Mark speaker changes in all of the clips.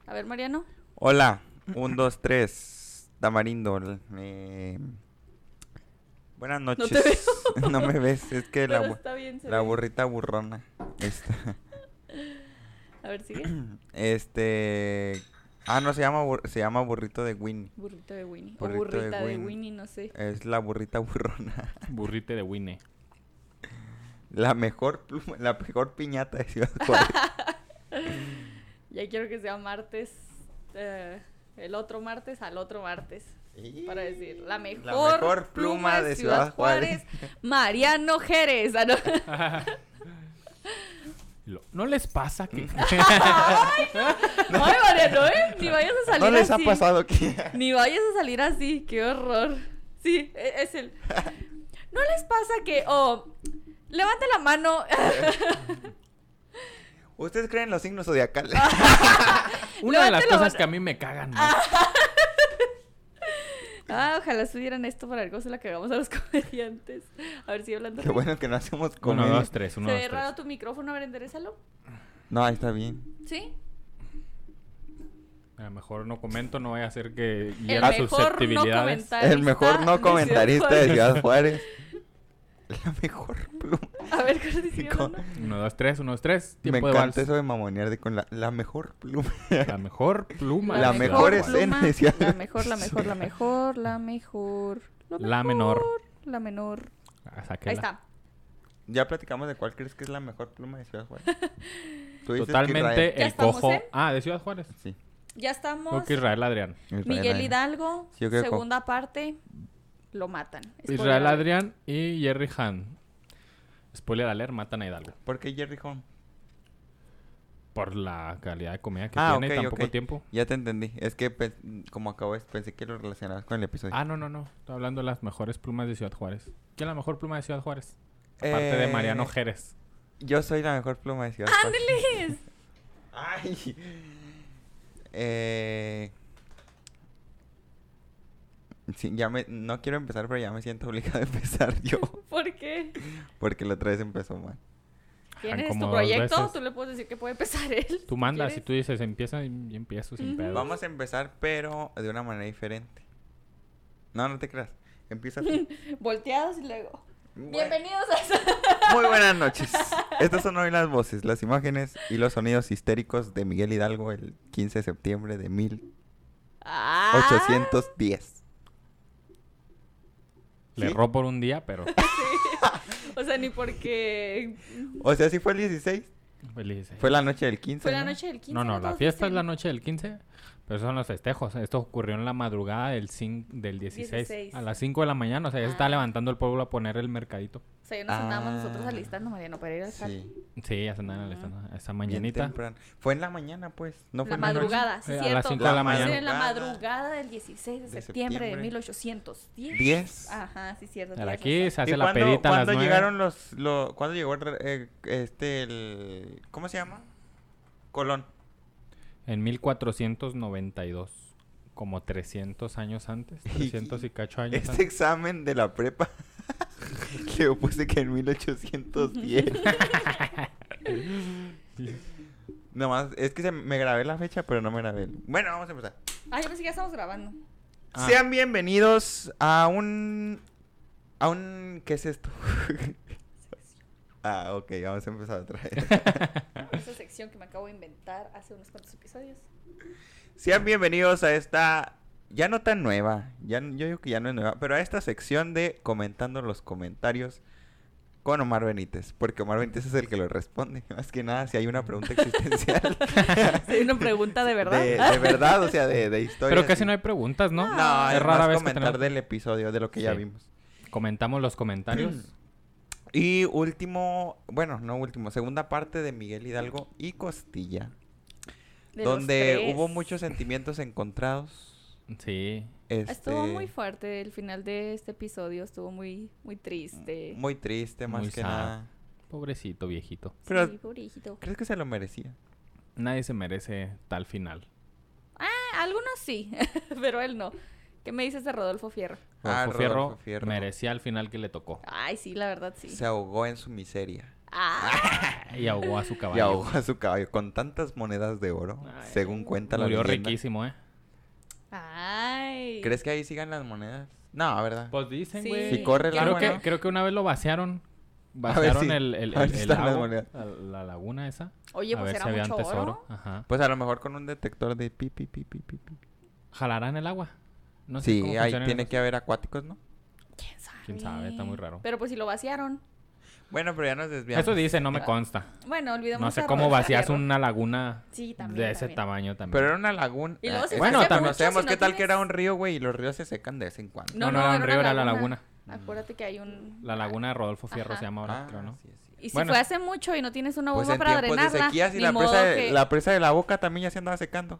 Speaker 1: A ver, Mariano.
Speaker 2: Hola, 1, 2, 3, Tamarindo. Buenas
Speaker 1: No
Speaker 2: noches.
Speaker 1: te veo.
Speaker 2: No me ves, es que
Speaker 1: Pero está bien, se
Speaker 2: la
Speaker 1: ve.
Speaker 2: burrita burrona.
Speaker 1: A ver, sigue.
Speaker 2: No, se llama burrito de Winnie.
Speaker 1: Burrito de Winnie.
Speaker 2: Burrito
Speaker 1: o burrita
Speaker 2: de
Speaker 1: de
Speaker 2: Winnie.
Speaker 1: Winnie, no sé.
Speaker 2: Es la burrita burrona.
Speaker 3: Burrite de Winnie.
Speaker 2: La mejor pluma, la mejor piñata de Ciudad Juárez.
Speaker 1: Ya quiero que sea martes. El otro martes al otro martes. Para decir, la mejor pluma de Ciudad Juárez. Mariano Jerez. Ah, no.
Speaker 3: ¿No les pasa que...?
Speaker 1: Ay, Mariano, ni vayas a salir
Speaker 2: ¿No les
Speaker 1: así.
Speaker 2: ha pasado que...?
Speaker 1: Ni vayas a salir así, qué horror. Sí, es el... ¿No les pasa que... levante la mano...
Speaker 2: ¿Ustedes creen en los signos zodiacales?
Speaker 3: Una de las
Speaker 1: Levante la
Speaker 3: cosas
Speaker 1: mano.
Speaker 3: que a mí me cagan más.
Speaker 1: Ojalá subieran esto para ver cómo se la cagamos a los comediantes. A ver, sigue hablando.
Speaker 2: Qué bueno que no hacemos
Speaker 3: 1,
Speaker 2: comedia.
Speaker 3: 2, 3,
Speaker 1: Se
Speaker 3: 1, 2,
Speaker 1: ve raro
Speaker 3: 3.
Speaker 1: tu micrófono, a ver, enderezalo.
Speaker 2: No, ahí está bien.
Speaker 1: ¿Sí?
Speaker 3: A lo mejor no comento, no vaya a ser que
Speaker 1: El
Speaker 3: hiera
Speaker 1: mejor
Speaker 3: susceptibilidades.
Speaker 1: no
Speaker 2: El mejor no comentarista de Ciudad Juárez. La mejor pluma.
Speaker 1: A ver, ¿qué sigue
Speaker 2: Con-
Speaker 1: hablando?
Speaker 3: 1, 2, 3, 1, 2, 3.
Speaker 2: Me
Speaker 3: Tiempo de
Speaker 2: encanta
Speaker 3: vals.
Speaker 2: eso de mamonear de con la mejor pluma.
Speaker 3: La mejor pluma.
Speaker 2: La
Speaker 3: de
Speaker 2: mejor
Speaker 3: Ciudad Juárez.
Speaker 2: escena de Ciudad
Speaker 1: La mejor. La mejor.
Speaker 3: La menor.
Speaker 1: La menor.
Speaker 3: Ah, sáquela.
Speaker 1: Ahí está.
Speaker 2: Ya platicamos de cuál crees que es la mejor pluma de Ciudad Juárez. Tú dices que
Speaker 3: Totalmente
Speaker 1: ¿Ya
Speaker 3: el
Speaker 1: estamos,
Speaker 3: cojo.
Speaker 1: eh?
Speaker 3: Ah, de Ciudad Juárez.
Speaker 2: Sí.
Speaker 1: Ya estamos.
Speaker 3: Creo que Israel Adrián.
Speaker 1: Miguel Hidalgo,
Speaker 2: Sí, yo creo que
Speaker 1: segunda parte, lo matan.
Speaker 3: Israel
Speaker 1: Spoiler.
Speaker 3: Adrián y Jerry Han. Spoiler alert, matan a Hidalgo.
Speaker 2: ¿Por qué Jerry Home?
Speaker 3: Por la calidad de comida que
Speaker 2: Ah,
Speaker 3: tiene y
Speaker 2: ok,
Speaker 3: tan poco
Speaker 2: ok.
Speaker 3: tiempo.
Speaker 2: Ya te entendí. Es que como acabó, pensé que lo relacionabas con el episodio.
Speaker 3: Ah, no. Estoy hablando de las mejores plumas de Ciudad Juárez. ¿Quién es la mejor pluma de Ciudad Juárez? Aparte de Mariano Jerez.
Speaker 2: Yo soy la mejor pluma de Ciudad Juárez.
Speaker 1: ¡Ándeles!
Speaker 2: Ay. Sí, no quiero empezar, pero ya me siento obligado a empezar yo.
Speaker 1: ¿Por qué?
Speaker 2: Porque la otra vez empezó mal.
Speaker 1: ¿Tienes
Speaker 3: como
Speaker 1: tu
Speaker 3: 2
Speaker 1: proyecto?
Speaker 3: veces.
Speaker 1: Tú le puedes decir que puede empezar él.
Speaker 3: Tú mandas, si
Speaker 1: ¿Quieres?
Speaker 3: tú dices empieza y empiezo sin
Speaker 1: Ujú.
Speaker 3: pedo.
Speaker 2: Vamos a empezar, pero de una manera diferente. No te creas. Empieza tú.
Speaker 1: Volteados y luego.
Speaker 2: Bueno,
Speaker 1: Bienvenidos a esa.
Speaker 2: muy buenas noches. Estas son hoy las voces, las imágenes y los sonidos histéricos de Miguel Hidalgo el 15 de septiembre de 1810.
Speaker 3: Le
Speaker 2: ¿Sí?
Speaker 3: erró por un día, pero
Speaker 1: O sea, ni porque.
Speaker 2: O sea, sí fue el 16.
Speaker 3: feliz.
Speaker 2: Fue la noche del 15.
Speaker 1: Fue la
Speaker 2: ¿no?
Speaker 1: noche del 15.
Speaker 3: No, la
Speaker 1: todos
Speaker 3: fiesta es
Speaker 1: dicen.
Speaker 3: la noche del 15, pero son los festejos. Esto ocurrió en la madrugada del 16.
Speaker 1: 16.
Speaker 3: A las 5 de la mañana. O sea, ya se está
Speaker 1: Ah.
Speaker 3: levantando el pueblo a poner el mercadito.
Speaker 1: O sea, ya nos andábamos
Speaker 2: Ah.
Speaker 1: nosotros alistando, Mariano, para ir al jale.
Speaker 2: Sí.
Speaker 3: Sí, ya se andan alistando. Esta
Speaker 2: Bien
Speaker 3: mañanita.
Speaker 2: temprano. Fue en la mañana, pues. No fue
Speaker 1: La
Speaker 2: en la noche.
Speaker 1: madrugada, sí,
Speaker 3: A
Speaker 1: cierto.
Speaker 3: las 5 de la
Speaker 1: Sí,
Speaker 3: mañana.
Speaker 1: en la madrugada del 16 de septiembre de 1810.
Speaker 2: 10.
Speaker 1: Ajá, sí, cierto.
Speaker 3: Ahora
Speaker 1: tienes
Speaker 3: aquí
Speaker 1: razón.
Speaker 3: se hace
Speaker 2: ¿Y
Speaker 3: la
Speaker 2: cuándo,
Speaker 3: pedita a las
Speaker 2: cuándo
Speaker 3: 9.
Speaker 2: llegaron ¿Cuándo llegó el... ¿Cómo se llama? Colón.
Speaker 3: En 1492. Como 300 años antes. 300 y cacho años
Speaker 2: Este
Speaker 3: antes.
Speaker 2: examen de la prepa le puse que en 1810. Nomás, es que me grabé la fecha, pero no me grabé. Bueno, vamos a empezar.
Speaker 1: Ah, yo pensé que ya estamos grabando.
Speaker 3: Ah.
Speaker 2: Sean bienvenidos a un... ¿Qué es esto? Ok, vamos a empezar otra vez.
Speaker 1: Esa sección que me acabo de inventar hace unos cuantos episodios.
Speaker 2: Sean bienvenidos a esta... Ya no tan nueva, yo digo que ya no es nueva, pero a esta sección de comentando los comentarios con Omar Benítez, porque Omar Benítez es el que lo responde, más que nada si hay una pregunta existencial.
Speaker 1: Sí, una pregunta de verdad.
Speaker 2: De verdad, o sea, de historia.
Speaker 3: Pero casi no hay preguntas, ¿no?
Speaker 2: No,
Speaker 3: es
Speaker 2: es
Speaker 3: rara
Speaker 2: más
Speaker 3: vez que
Speaker 2: comentar
Speaker 3: tenemos.
Speaker 2: del episodio, de lo que ya
Speaker 3: Sí.
Speaker 2: vimos.
Speaker 3: Comentamos los comentarios.
Speaker 2: Y último, bueno, no último, segunda parte de Miguel Hidalgo y Costilla,
Speaker 1: De los
Speaker 2: donde
Speaker 1: tres.
Speaker 2: hubo muchos sentimientos encontrados.
Speaker 3: Sí.
Speaker 1: Estuvo muy fuerte el final de este episodio, estuvo muy, muy triste.
Speaker 2: Muy triste, más
Speaker 3: Muy
Speaker 2: que
Speaker 3: sad.
Speaker 2: nada.
Speaker 3: Pobrecito viejito.
Speaker 2: Pero-
Speaker 1: Sí, pobrecito.
Speaker 2: ¿Crees que se lo merecía?
Speaker 3: Nadie se merece tal final.
Speaker 1: Algunos sí, pero él no. ¿Qué me dices de Rodolfo Fierro?
Speaker 2: Ah,
Speaker 3: Rodolfo
Speaker 2: Rodolfo Fierro.
Speaker 3: merecía el final que le tocó.
Speaker 1: Ay, sí, la verdad sí.
Speaker 2: Se ahogó en su miseria.
Speaker 3: Y ahogó a su caballo.
Speaker 2: Y ahogó a su caballo con tantas monedas de oro, según cuenta la leyenda.
Speaker 3: Murió riquísimo,
Speaker 1: Ay.
Speaker 2: ¿Crees que ahí sigan las monedas? No, ¿verdad?
Speaker 3: Pues dicen,
Speaker 1: Sí.
Speaker 3: güey.
Speaker 2: Si corre el agua, ¿no?
Speaker 3: Creo que una vez lo vaciaron.
Speaker 2: A ver
Speaker 3: Vaciaron
Speaker 2: si-
Speaker 3: el
Speaker 2: a ver si están las
Speaker 3: lago,
Speaker 2: monedas.
Speaker 3: la laguna esa.
Speaker 1: Oye,
Speaker 3: a
Speaker 1: pues
Speaker 3: ver
Speaker 1: era
Speaker 3: si había
Speaker 1: mucho
Speaker 3: tesoro.
Speaker 1: oro.
Speaker 3: Ajá.
Speaker 2: Pues a lo mejor con un detector de pi, pi, pi, pi, pi, pi.
Speaker 3: ¿Jalarán el agua? No sé
Speaker 2: Sí,
Speaker 3: cómo
Speaker 2: ahí
Speaker 3: funcionan
Speaker 2: tiene
Speaker 3: esos.
Speaker 2: que haber acuáticos, ¿no?
Speaker 3: Quién sabe, está muy raro.
Speaker 1: Pero pues si lo vaciaron.
Speaker 2: Bueno, pero ya nos desviamos.
Speaker 3: Eso dice, no me consta.
Speaker 1: Bueno, olvidemos
Speaker 3: No sé
Speaker 1: esa
Speaker 3: cómo
Speaker 1: esa
Speaker 3: vacías
Speaker 1: tierra.
Speaker 3: una laguna
Speaker 1: Sí, también.
Speaker 3: de ese
Speaker 1: también.
Speaker 3: tamaño también.
Speaker 2: Pero era una laguna.
Speaker 1: Y luego se
Speaker 3: Bueno,
Speaker 1: hace
Speaker 3: también
Speaker 1: mucho
Speaker 2: conocemos
Speaker 1: si
Speaker 2: qué
Speaker 1: no
Speaker 2: tal que
Speaker 1: tienes-
Speaker 2: era un río, güey, y los ríos se secan de vez en cuando.
Speaker 3: No, era un río, era la laguna.
Speaker 1: Acuérdate que hay un...
Speaker 3: La laguna de Rodolfo Fierro
Speaker 1: Ajá.
Speaker 3: se llama ahora, creo, ¿no?
Speaker 2: sí, sí.
Speaker 1: Y si
Speaker 3: Bueno.
Speaker 1: fue hace mucho y no tienes una
Speaker 2: Pues
Speaker 1: bomba
Speaker 2: en
Speaker 1: para
Speaker 2: tiempos de
Speaker 1: drenarla,
Speaker 2: sequías y
Speaker 1: ni
Speaker 2: la
Speaker 1: modo
Speaker 2: presa,
Speaker 1: que...
Speaker 2: la presa de la Boca también ya se andaba secando.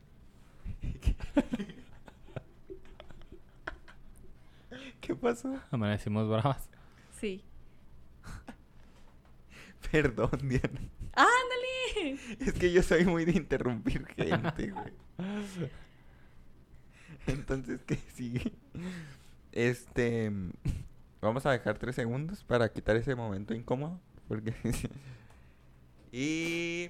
Speaker 2: ¿Qué pasó?
Speaker 3: Amanecimos bravas.
Speaker 1: Sí.
Speaker 2: Perdón, Diana.
Speaker 1: ¡Ándale!
Speaker 2: Es que yo soy muy de interrumpir gente, güey. Entonces, ¿qué sigue? Vamos a dejar 3 segundos para quitar ese momento incómodo. Porque... y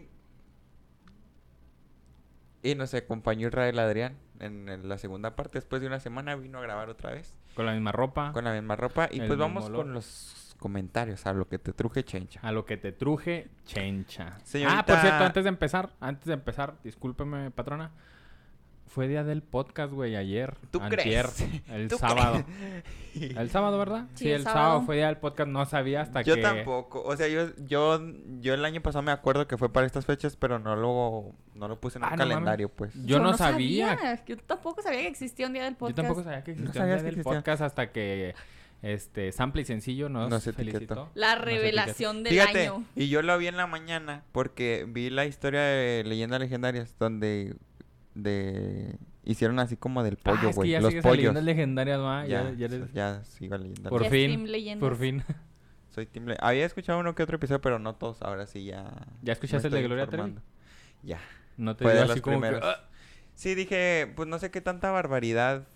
Speaker 2: nos acompañó Israel Adrián en la segunda parte. Después de una semana vino a grabar otra vez.
Speaker 3: Con la misma ropa.
Speaker 2: Con la misma ropa. Y
Speaker 3: El
Speaker 2: pues
Speaker 3: mismo
Speaker 2: vamos
Speaker 3: olor.
Speaker 2: con los comentarios. A lo que te truje, chencha.
Speaker 3: A lo que te truje, chencha.
Speaker 2: Señorita-
Speaker 3: Ah, por cierto, antes de empezar, discúlpeme, patrona. Fue día del podcast, güey, ayer.
Speaker 2: ¿Tú
Speaker 3: antier,
Speaker 2: crees?
Speaker 3: El
Speaker 2: ¿Tú
Speaker 3: sábado.
Speaker 2: crees?
Speaker 3: El sábado, ¿verdad?
Speaker 1: Sí,
Speaker 3: el
Speaker 1: el
Speaker 3: sábado
Speaker 1: sábado.
Speaker 3: fue día del podcast. No sabía hasta
Speaker 2: Yo
Speaker 3: que...
Speaker 2: tampoco. O sea, yo el año pasado me acuerdo que fue para estas fechas, pero no lo puse en un
Speaker 3: Ah, no mames.
Speaker 2: calendario, pues.
Speaker 3: Yo no sabía.
Speaker 1: Yo tampoco sabía que existía un día del
Speaker 3: Yo
Speaker 1: podcast.
Speaker 3: tampoco sabía que
Speaker 2: No
Speaker 3: existía
Speaker 2: sabías
Speaker 3: el día
Speaker 2: que
Speaker 3: del
Speaker 2: existía.
Speaker 3: podcast hasta que Sample y Sencillo nos
Speaker 2: etiquetó.
Speaker 3: felicitó.
Speaker 1: La
Speaker 3: Nos
Speaker 1: revelación del
Speaker 2: Fíjate,
Speaker 1: año.
Speaker 2: y yo lo vi en la mañana porque vi la historia de Leyendas Legendarias donde hicieron así como del
Speaker 3: etiquetó.
Speaker 2: pollo,
Speaker 3: Es que
Speaker 2: güey.
Speaker 3: ya
Speaker 2: los
Speaker 3: sigues a
Speaker 2: pollos.
Speaker 3: Leyendas Legendarias, ¿va?
Speaker 2: Ya,
Speaker 3: Ya eres...
Speaker 2: ya sigo leyendo.
Speaker 3: Por
Speaker 1: Ya es
Speaker 3: fin,
Speaker 1: Team Leyendas.
Speaker 3: por fin.
Speaker 2: Soy Team Había escuchado uno que otro episodio, pero no todos. Ahora sí ya.
Speaker 3: ¿Ya escuchaste
Speaker 2: me
Speaker 3: el de
Speaker 2: estoy
Speaker 3: Gloria Trevi?
Speaker 2: informando. Ya.
Speaker 3: No te
Speaker 2: Fue
Speaker 3: dio
Speaker 2: de
Speaker 3: así
Speaker 2: los
Speaker 3: como que...
Speaker 2: primeros. Sí, dije, pues no sé qué tanta barbaridad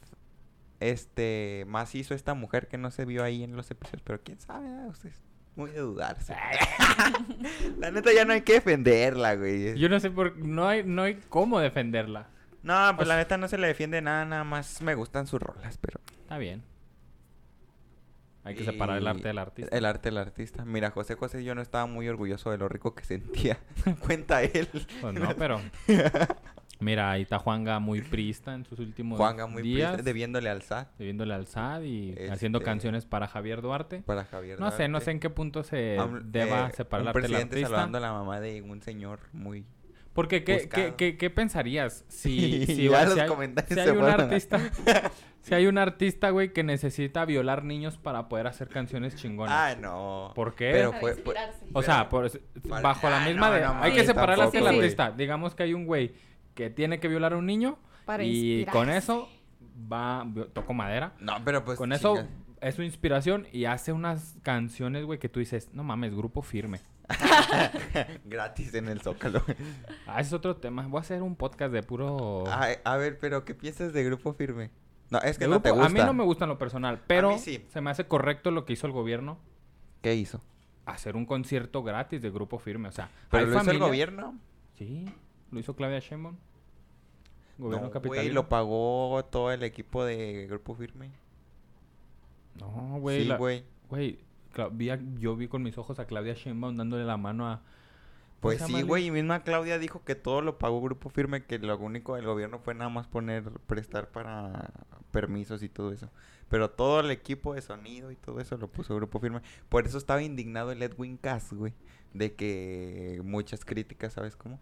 Speaker 2: más hizo esta mujer que no se vio ahí en los episodios, pero quién sabe, ustedes muy de dudarse. La neta ya no hay que defenderla, güey.
Speaker 3: Yo no sé por... No hay cómo defenderla.
Speaker 2: No, pues la neta no se le defiende nada más me gustan sus rolas, pero...
Speaker 3: Está bien. Hay que separar el arte del artista.
Speaker 2: El arte del artista. Mira, José yo no estaba muy orgulloso de lo rico que sentía. Cuenta él.
Speaker 3: Pues no, pero... Mira, ahí está Juanga muy priista en sus últimos
Speaker 2: Juanga muy
Speaker 3: días.
Speaker 2: triste, debiéndole al SAT
Speaker 3: Debiéndole al SAD y haciendo canciones para Javier Duarte.
Speaker 2: para Javier
Speaker 3: No sé en qué punto se deba separar el
Speaker 2: un
Speaker 3: arte del
Speaker 2: presidente
Speaker 3: artista.
Speaker 2: saludando a la mamá de un señor muy...
Speaker 3: Porque,
Speaker 2: buscado.
Speaker 3: ¿qué pensarías? Si
Speaker 2: Ya los
Speaker 3: hay,
Speaker 2: comentarios
Speaker 3: si
Speaker 2: se
Speaker 3: hay un
Speaker 2: fueron a-
Speaker 3: artista... Si hay un artista, güey, que necesita violar niños para poder hacer canciones chingonas.
Speaker 2: Ah, no.
Speaker 3: ¿Por qué?
Speaker 2: Pero
Speaker 1: Para
Speaker 2: fue...
Speaker 1: inspirarse.
Speaker 3: O sea, bajo la misma
Speaker 2: no,
Speaker 3: de...
Speaker 2: no
Speaker 3: hay que
Speaker 2: mames,
Speaker 3: separar el arte del
Speaker 2: tampoco, güey.
Speaker 3: artista. Digamos que hay un güey que tiene que violar a un niño
Speaker 1: Para
Speaker 3: y
Speaker 1: inspirarse.
Speaker 3: con eso toco madera.
Speaker 2: No, pero pues...
Speaker 3: Con eso
Speaker 2: chinga.
Speaker 3: es su inspiración y hace unas canciones, güey, que tú dices, no mames, Grupo Firme.
Speaker 2: Gratis en el Zócalo.
Speaker 3: Ah, ese es otro tema. Voy a hacer un podcast de puro...
Speaker 2: Ay, a ver, pero ¿qué piensas de Grupo Firme? No, es que
Speaker 3: de
Speaker 2: no
Speaker 3: grupo.
Speaker 2: te gusta.
Speaker 3: A mí no me gusta en lo personal, pero
Speaker 2: mí sí.
Speaker 3: se me hace correcto lo que hizo el gobierno.
Speaker 2: ¿Qué hizo?
Speaker 3: Hacer un concierto gratis de Grupo Firme. O sea,
Speaker 2: ¿Pero
Speaker 3: hay
Speaker 2: lo hizo el
Speaker 3: familias-
Speaker 2: gobierno?
Speaker 3: Sí, lo hizo Claudia Sheinbaum. Gobierno
Speaker 2: No,
Speaker 3: capitalino.
Speaker 2: güey, lo pagó todo el equipo de Grupo Firme.
Speaker 3: No, güey.
Speaker 2: Sí, güey.
Speaker 3: Güey, yo vi con mis ojos a Claudia Sheinbaum dándole la mano a...
Speaker 2: Pues
Speaker 3: ¿cómo se
Speaker 2: sí,
Speaker 3: llama,
Speaker 2: güey, y misma Claudia dijo que todo lo pagó Grupo Firme, que lo único del gobierno fue nada más prestar para permisos y todo eso. Pero todo el equipo de sonido y todo eso lo puso Grupo Firme. Por eso estaba indignado el Edwin Cass, güey, de que muchas críticas, ¿sabes cómo?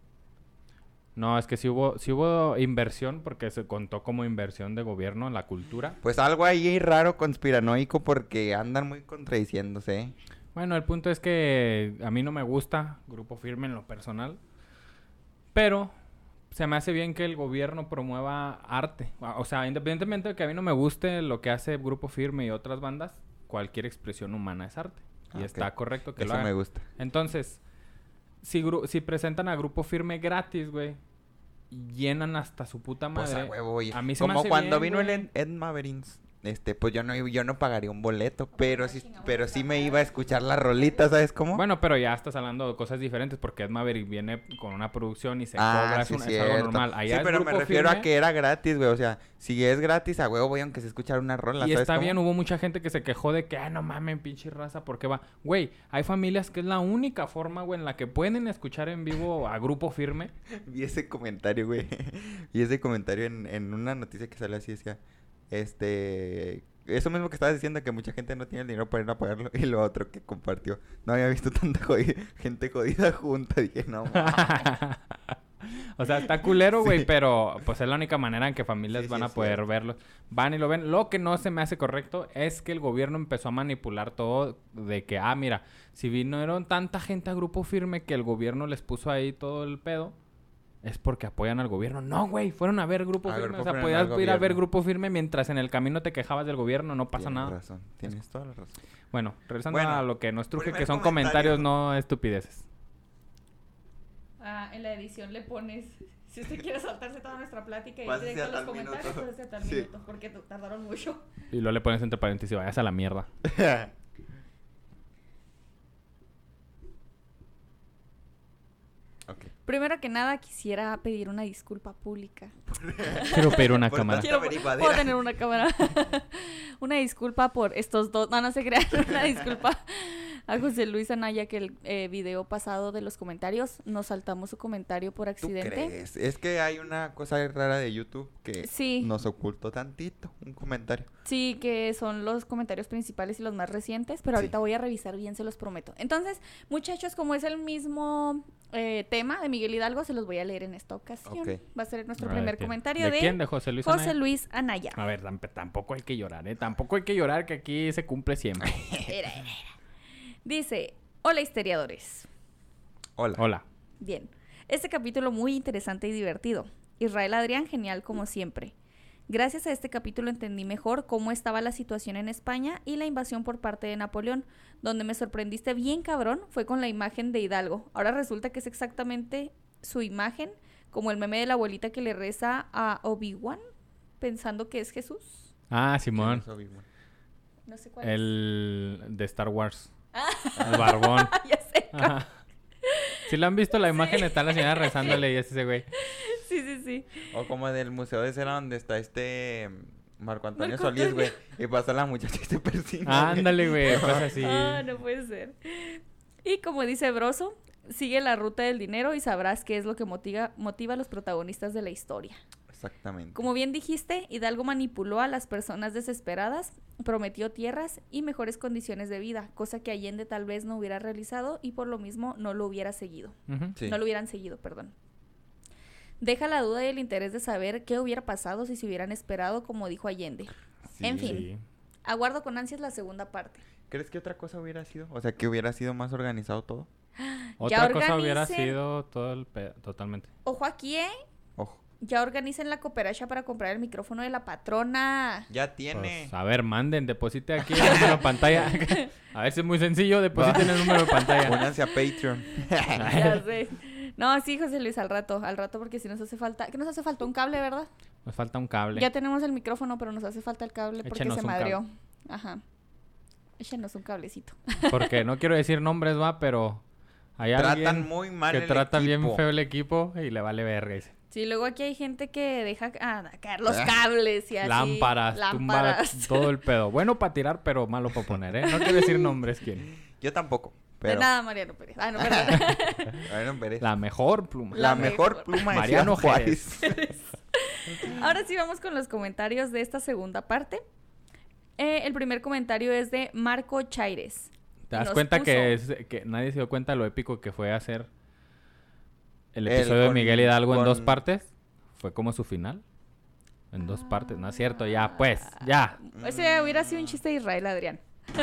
Speaker 3: No, es que sí hubo inversión porque se contó como inversión de gobierno en la cultura.
Speaker 2: Pues algo ahí raro, conspiranoico, porque andan muy contradiciéndose, ¿eh?
Speaker 3: Bueno, el punto es que a mí no me gusta Grupo Firme en lo personal, pero se me hace bien que el gobierno promueva arte. O sea, independientemente de que a mí no me guste lo que hace Grupo Firme y otras bandas, cualquier expresión humana es arte. Y
Speaker 2: Ok.
Speaker 3: está correcto que
Speaker 2: Eso
Speaker 3: lo hagan.
Speaker 2: me gusta.
Speaker 3: Entonces, si presentan a Grupo Firme gratis, güey, y llenan hasta su puta madre.
Speaker 2: Pues a huevo, oye.
Speaker 3: A mí se me
Speaker 2: Como
Speaker 3: hace
Speaker 2: cuando
Speaker 3: bien,
Speaker 2: vino
Speaker 3: güey.
Speaker 2: el Ed Maverins. pues yo no pagaría un boleto, pero sí me iba a escuchar la rolita, ¿sabes cómo?
Speaker 3: Bueno, pero ya estás hablando de cosas diferentes porque Ed Maverick viene con una producción y se cobra,
Speaker 2: sí,
Speaker 3: es algo normal. Allá
Speaker 2: sí, pero me refiero a que era gratis, güey, o sea, si es gratis, a huevo voy aunque se escuchara una rola,
Speaker 3: y
Speaker 2: ¿sabes
Speaker 3: está
Speaker 2: cómo?
Speaker 3: bien, hubo mucha gente que se quejó de que, no mames, pinche raza, ¿por qué va? Güey, hay familias que es la única forma, güey, en la que pueden escuchar en vivo a Grupo Firme.
Speaker 2: Vi ese comentario, güey, en una noticia que salió así, decía, eso mismo que estabas diciendo, que mucha gente no tiene el dinero para ir a pagarlo. Y lo otro que compartió, no había visto tanta gente jodida junta. Dije, no,
Speaker 3: o sea, está culero, güey, pero pues es la única manera en que familias van a poder verlo. Van y lo ven. Lo que no se me hace correcto es que el gobierno empezó a manipular todo de que, mira, si vinieron tanta gente a Grupo Firme que el gobierno les puso ahí todo el pedo, es porque apoyan al gobierno. No, güey, fueron a ver Grupo Firme. O sea, podías ir a ver Grupo Firme mientras en el camino te quejabas del gobierno, no pasa nada.
Speaker 2: Tienes toda la razón.
Speaker 3: Bueno, regresando a lo que nos truje, que son comentarios, no estupideces.
Speaker 1: En la edición le pones, si usted quiere saltarse toda nuestra plática y ir directo a los comentarios, pues hacia tal minuto, porque tardaron mucho.
Speaker 3: Y luego le pones entre paréntesis, vayas a la mierda.
Speaker 2: Okay.
Speaker 1: Primero que nada, quisiera pedir una disculpa pública.
Speaker 3: Quiero pedir una cámara.
Speaker 1: Puedo tener una cámara. Una disculpa por estos dos. No se crean. Una disculpa a José Luis Anaya, que el video pasado de los comentarios nos saltamos su comentario por accidente.
Speaker 2: ¿Tú crees? Es que hay una cosa rara de YouTube que nos ocultó tantito un comentario.
Speaker 1: Sí, que son los comentarios principales y los más recientes, pero ahorita voy a revisar bien, se los prometo. Entonces, muchachos, como es el mismo tema de Miguel Hidalgo, se los voy a leer en esta ocasión. Okay. Va a ser nuestro primer comentario
Speaker 3: ¿De quién? ¿De José Luis Anaya?
Speaker 1: José Luis Anaya.
Speaker 3: A ver, tampoco hay que llorar, ¿eh? Tampoco hay que llorar, que aquí se cumple siempre.
Speaker 1: Era. Dice, hola histeriadores.
Speaker 3: Hola.
Speaker 1: Bien, este capítulo muy interesante y divertido. Israel Adrián, genial como siempre. Gracias a este capítulo entendí mejor cómo estaba la situación en España y la invasión por parte de Napoleón. Donde me sorprendiste bien cabrón fue con la imagen de Hidalgo. Ahora resulta que es exactamente su imagen, como el meme de la abuelita que le reza a Obi-Wan, pensando que es Jesús.
Speaker 3: Simón.
Speaker 1: No sé cuál
Speaker 3: es. De Star Wars. El barbón.
Speaker 1: Ya sé.
Speaker 3: Si lo han visto, la imagen está la señora rezándole y es ese güey.
Speaker 1: Sí.
Speaker 2: O como del Museo de Cera, donde está Marco Antonio Solís, güey. Y pasa la muchacha y se persina.
Speaker 3: Ándale, güey. Pasa así.
Speaker 1: No puede ser. Y como dice Broso, sigue la ruta del dinero y sabrás qué es lo que motiva a los protagonistas de la historia.
Speaker 2: Exactamente.
Speaker 1: Como bien dijiste, Hidalgo manipuló a las personas desesperadas, prometió tierras y mejores condiciones de vida, cosa que Allende tal vez no hubiera realizado y por lo mismo no lo hubiera seguido.
Speaker 3: Sí.
Speaker 1: No lo hubieran seguido, perdón. Deja la duda y el interés de saber qué hubiera pasado si se hubieran esperado, como dijo Allende. Sí. En fin, aguardo con ansias la segunda parte.
Speaker 2: ¿Crees que otra cosa hubiera sido? O sea, que hubiera sido más organizado todo.
Speaker 3: Otra cosa hubiera sido todo el totalmente.
Speaker 1: Ojo aquí,
Speaker 2: Ojo.
Speaker 1: Ya organicen la cooperacha para comprar el micrófono de la patrona.
Speaker 2: Ya tiene.
Speaker 3: Pues, a ver, manden, deposite aquí el número de pantalla. A ver si es muy sencillo, depositen el número de pantalla.
Speaker 2: Únanse a Patreon.
Speaker 1: Ya sé. No, sí, José Luis, al rato, porque si nos hace falta... ¿Qué nos hace falta? Un cable, ¿verdad?
Speaker 3: Nos falta un cable.
Speaker 1: Ya tenemos el micrófono, pero nos hace falta el cable porque
Speaker 3: Échenos
Speaker 1: se madrió. Ajá. Échenos un cablecito.
Speaker 3: Porque no quiero decir nombres, pero hay alguien
Speaker 2: muy mal
Speaker 3: que trata bien feo el equipo y le vale verga.
Speaker 1: Sí, luego aquí hay gente que deja caer los cables y así.
Speaker 3: Lámparas. Tumba todo el pedo. Bueno para tirar, pero malo para poner, ¿eh? No quiero decir nombres, ¿quién?
Speaker 2: Yo tampoco. Pero...
Speaker 1: De nada, Mariano Pérez. No, perdón.
Speaker 2: Mariano Pérez.
Speaker 3: La mejor pluma.
Speaker 2: La mejor pluma de
Speaker 3: Mariano
Speaker 2: Juárez.
Speaker 1: Ahora sí vamos con los comentarios de esta segunda parte. El primer comentario es de Marco Chaires.
Speaker 3: ¿Te das cuenta que nadie se dio cuenta de lo épico que fue hacer el episodio de Miguel Hidalgo en 2 partes? Fue como su final. En 2 partes, ¿no es cierto? Ya, pues, ya.
Speaker 1: Ese hubiera sido un chiste de Israel Adrián.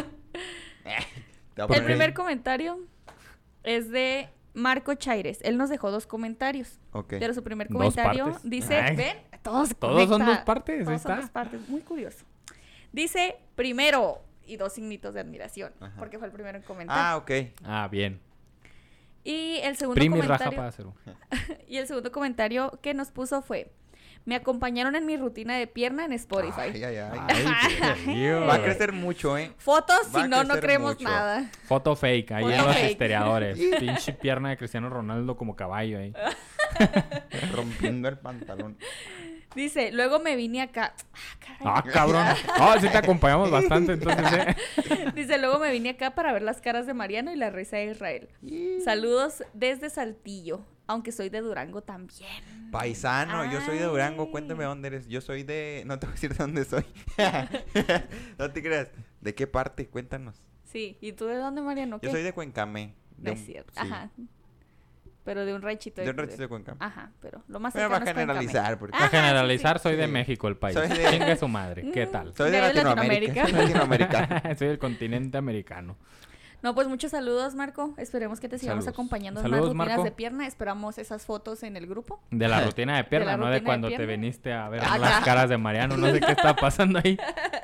Speaker 1: El primer comentario es de Marco Chaires. Él nos dejó 2 comentarios.
Speaker 2: Okay.
Speaker 1: Pero su primer comentario dice... ¿Ven?
Speaker 3: Todos son 2 partes.
Speaker 1: Todos son 2 partes. Muy curioso. Dice primero y 2 signitos de admiración. Ajá. Porque fue el primero en comentar.
Speaker 2: Ok.
Speaker 3: Bien.
Speaker 1: Y el segundo
Speaker 3: Primi
Speaker 1: comentario...
Speaker 3: raja para hacer
Speaker 1: Y el segundo comentario que nos puso fue... Me acompañaron en mi rutina de pierna en Spotify.
Speaker 2: Va a crecer mucho, ¿eh?
Speaker 1: Fotos, si no creemos mucho. Nada.
Speaker 3: Foto fake, ahí en los historiadores. Pinche pierna de Cristiano Ronaldo como caballo ahí.
Speaker 2: Rompiendo el pantalón.
Speaker 1: Dice, luego me vine acá.
Speaker 3: Cabrón. Sí te acompañamos bastante, entonces.
Speaker 1: Dice, luego me vine acá para ver las caras de Mariano y la risa de Israel. Saludos desde Saltillo, aunque soy de Durango también.
Speaker 2: Paisano, yo soy de Durango. Cuéntame dónde eres. Yo soy de... No te voy a decir de dónde soy. No te creas. ¿De qué parte? Cuéntanos.
Speaker 1: Sí. ¿Y tú de dónde, Mariano?
Speaker 2: Yo soy de Cuencamé.
Speaker 1: No es cierto. Sí. Ajá. Pero de un ranchito.
Speaker 2: De un ranchito de Cuencamé.
Speaker 1: Ajá, pero lo más
Speaker 2: cercano es
Speaker 3: generalizar. Para generalizar, soy de México, el país. Chingue su madre. ¿Qué tal?
Speaker 2: Soy de Latinoamérica. Soy de Latinoamérica.
Speaker 3: Soy del continente americano.
Speaker 1: No, pues muchos saludos, Marco. Esperemos que te sigamos acompañando en más rutinas Marco. De pierna. Esperamos esas fotos en el grupo. De
Speaker 3: la rutina de pierna, no de cuando te viniste a ver las caras de Mariano. No sé qué está pasando ahí.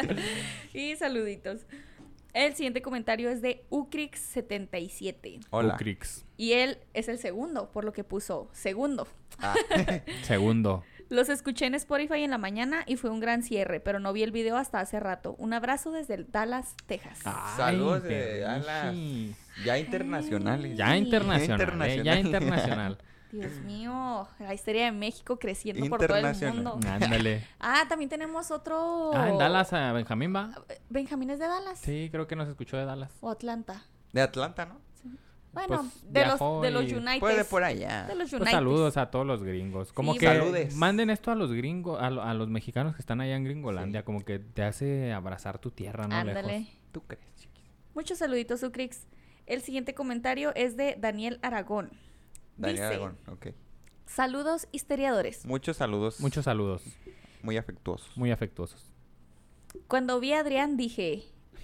Speaker 1: Y saluditos. El siguiente comentario es de Ucrix77.
Speaker 2: Hola.
Speaker 3: Ucrix.
Speaker 1: Y él es el segundo, por lo que puso segundo.
Speaker 3: Segundo.
Speaker 1: Los escuché en Spotify en la mañana y fue un gran cierre, pero no vi el video hasta hace rato. Un abrazo desde Dallas, Texas.
Speaker 2: Saludos de Dallas. Ya internacionales.
Speaker 3: Ya internacional.
Speaker 1: Dios mío, la historia de México creciendo por todo el mundo.
Speaker 3: Ándale.
Speaker 1: También tenemos otro...
Speaker 3: en Dallas, Benjamín va.
Speaker 1: ¿Benjamín es de Dallas?
Speaker 3: Sí, creo que nos escuchó de Dallas.
Speaker 1: O Atlanta.
Speaker 2: De Atlanta, ¿no?
Speaker 1: Sí. Bueno, pues de los United.
Speaker 2: Puede por allá.
Speaker 1: De los United.
Speaker 3: Pues saludos a todos los gringos. Como que saludes. Manden esto a los gringos, a los mexicanos que están allá en Gringolandia. Sí. Como que te hace abrazar tu tierra, ¿no?
Speaker 1: Ándale.
Speaker 3: Lejos.
Speaker 2: ¿Tú crees, chiquis?
Speaker 1: Muchos saluditos, Ucrix. El siguiente comentario es de Daniel Aragón.
Speaker 2: Daniel Aragón, ok.
Speaker 1: Saludos, historiadores.
Speaker 2: Muchos saludos.
Speaker 3: Muchos saludos.
Speaker 2: Muy afectuosos.
Speaker 3: Muy afectuosos.
Speaker 1: Cuando vi a Adrián dije...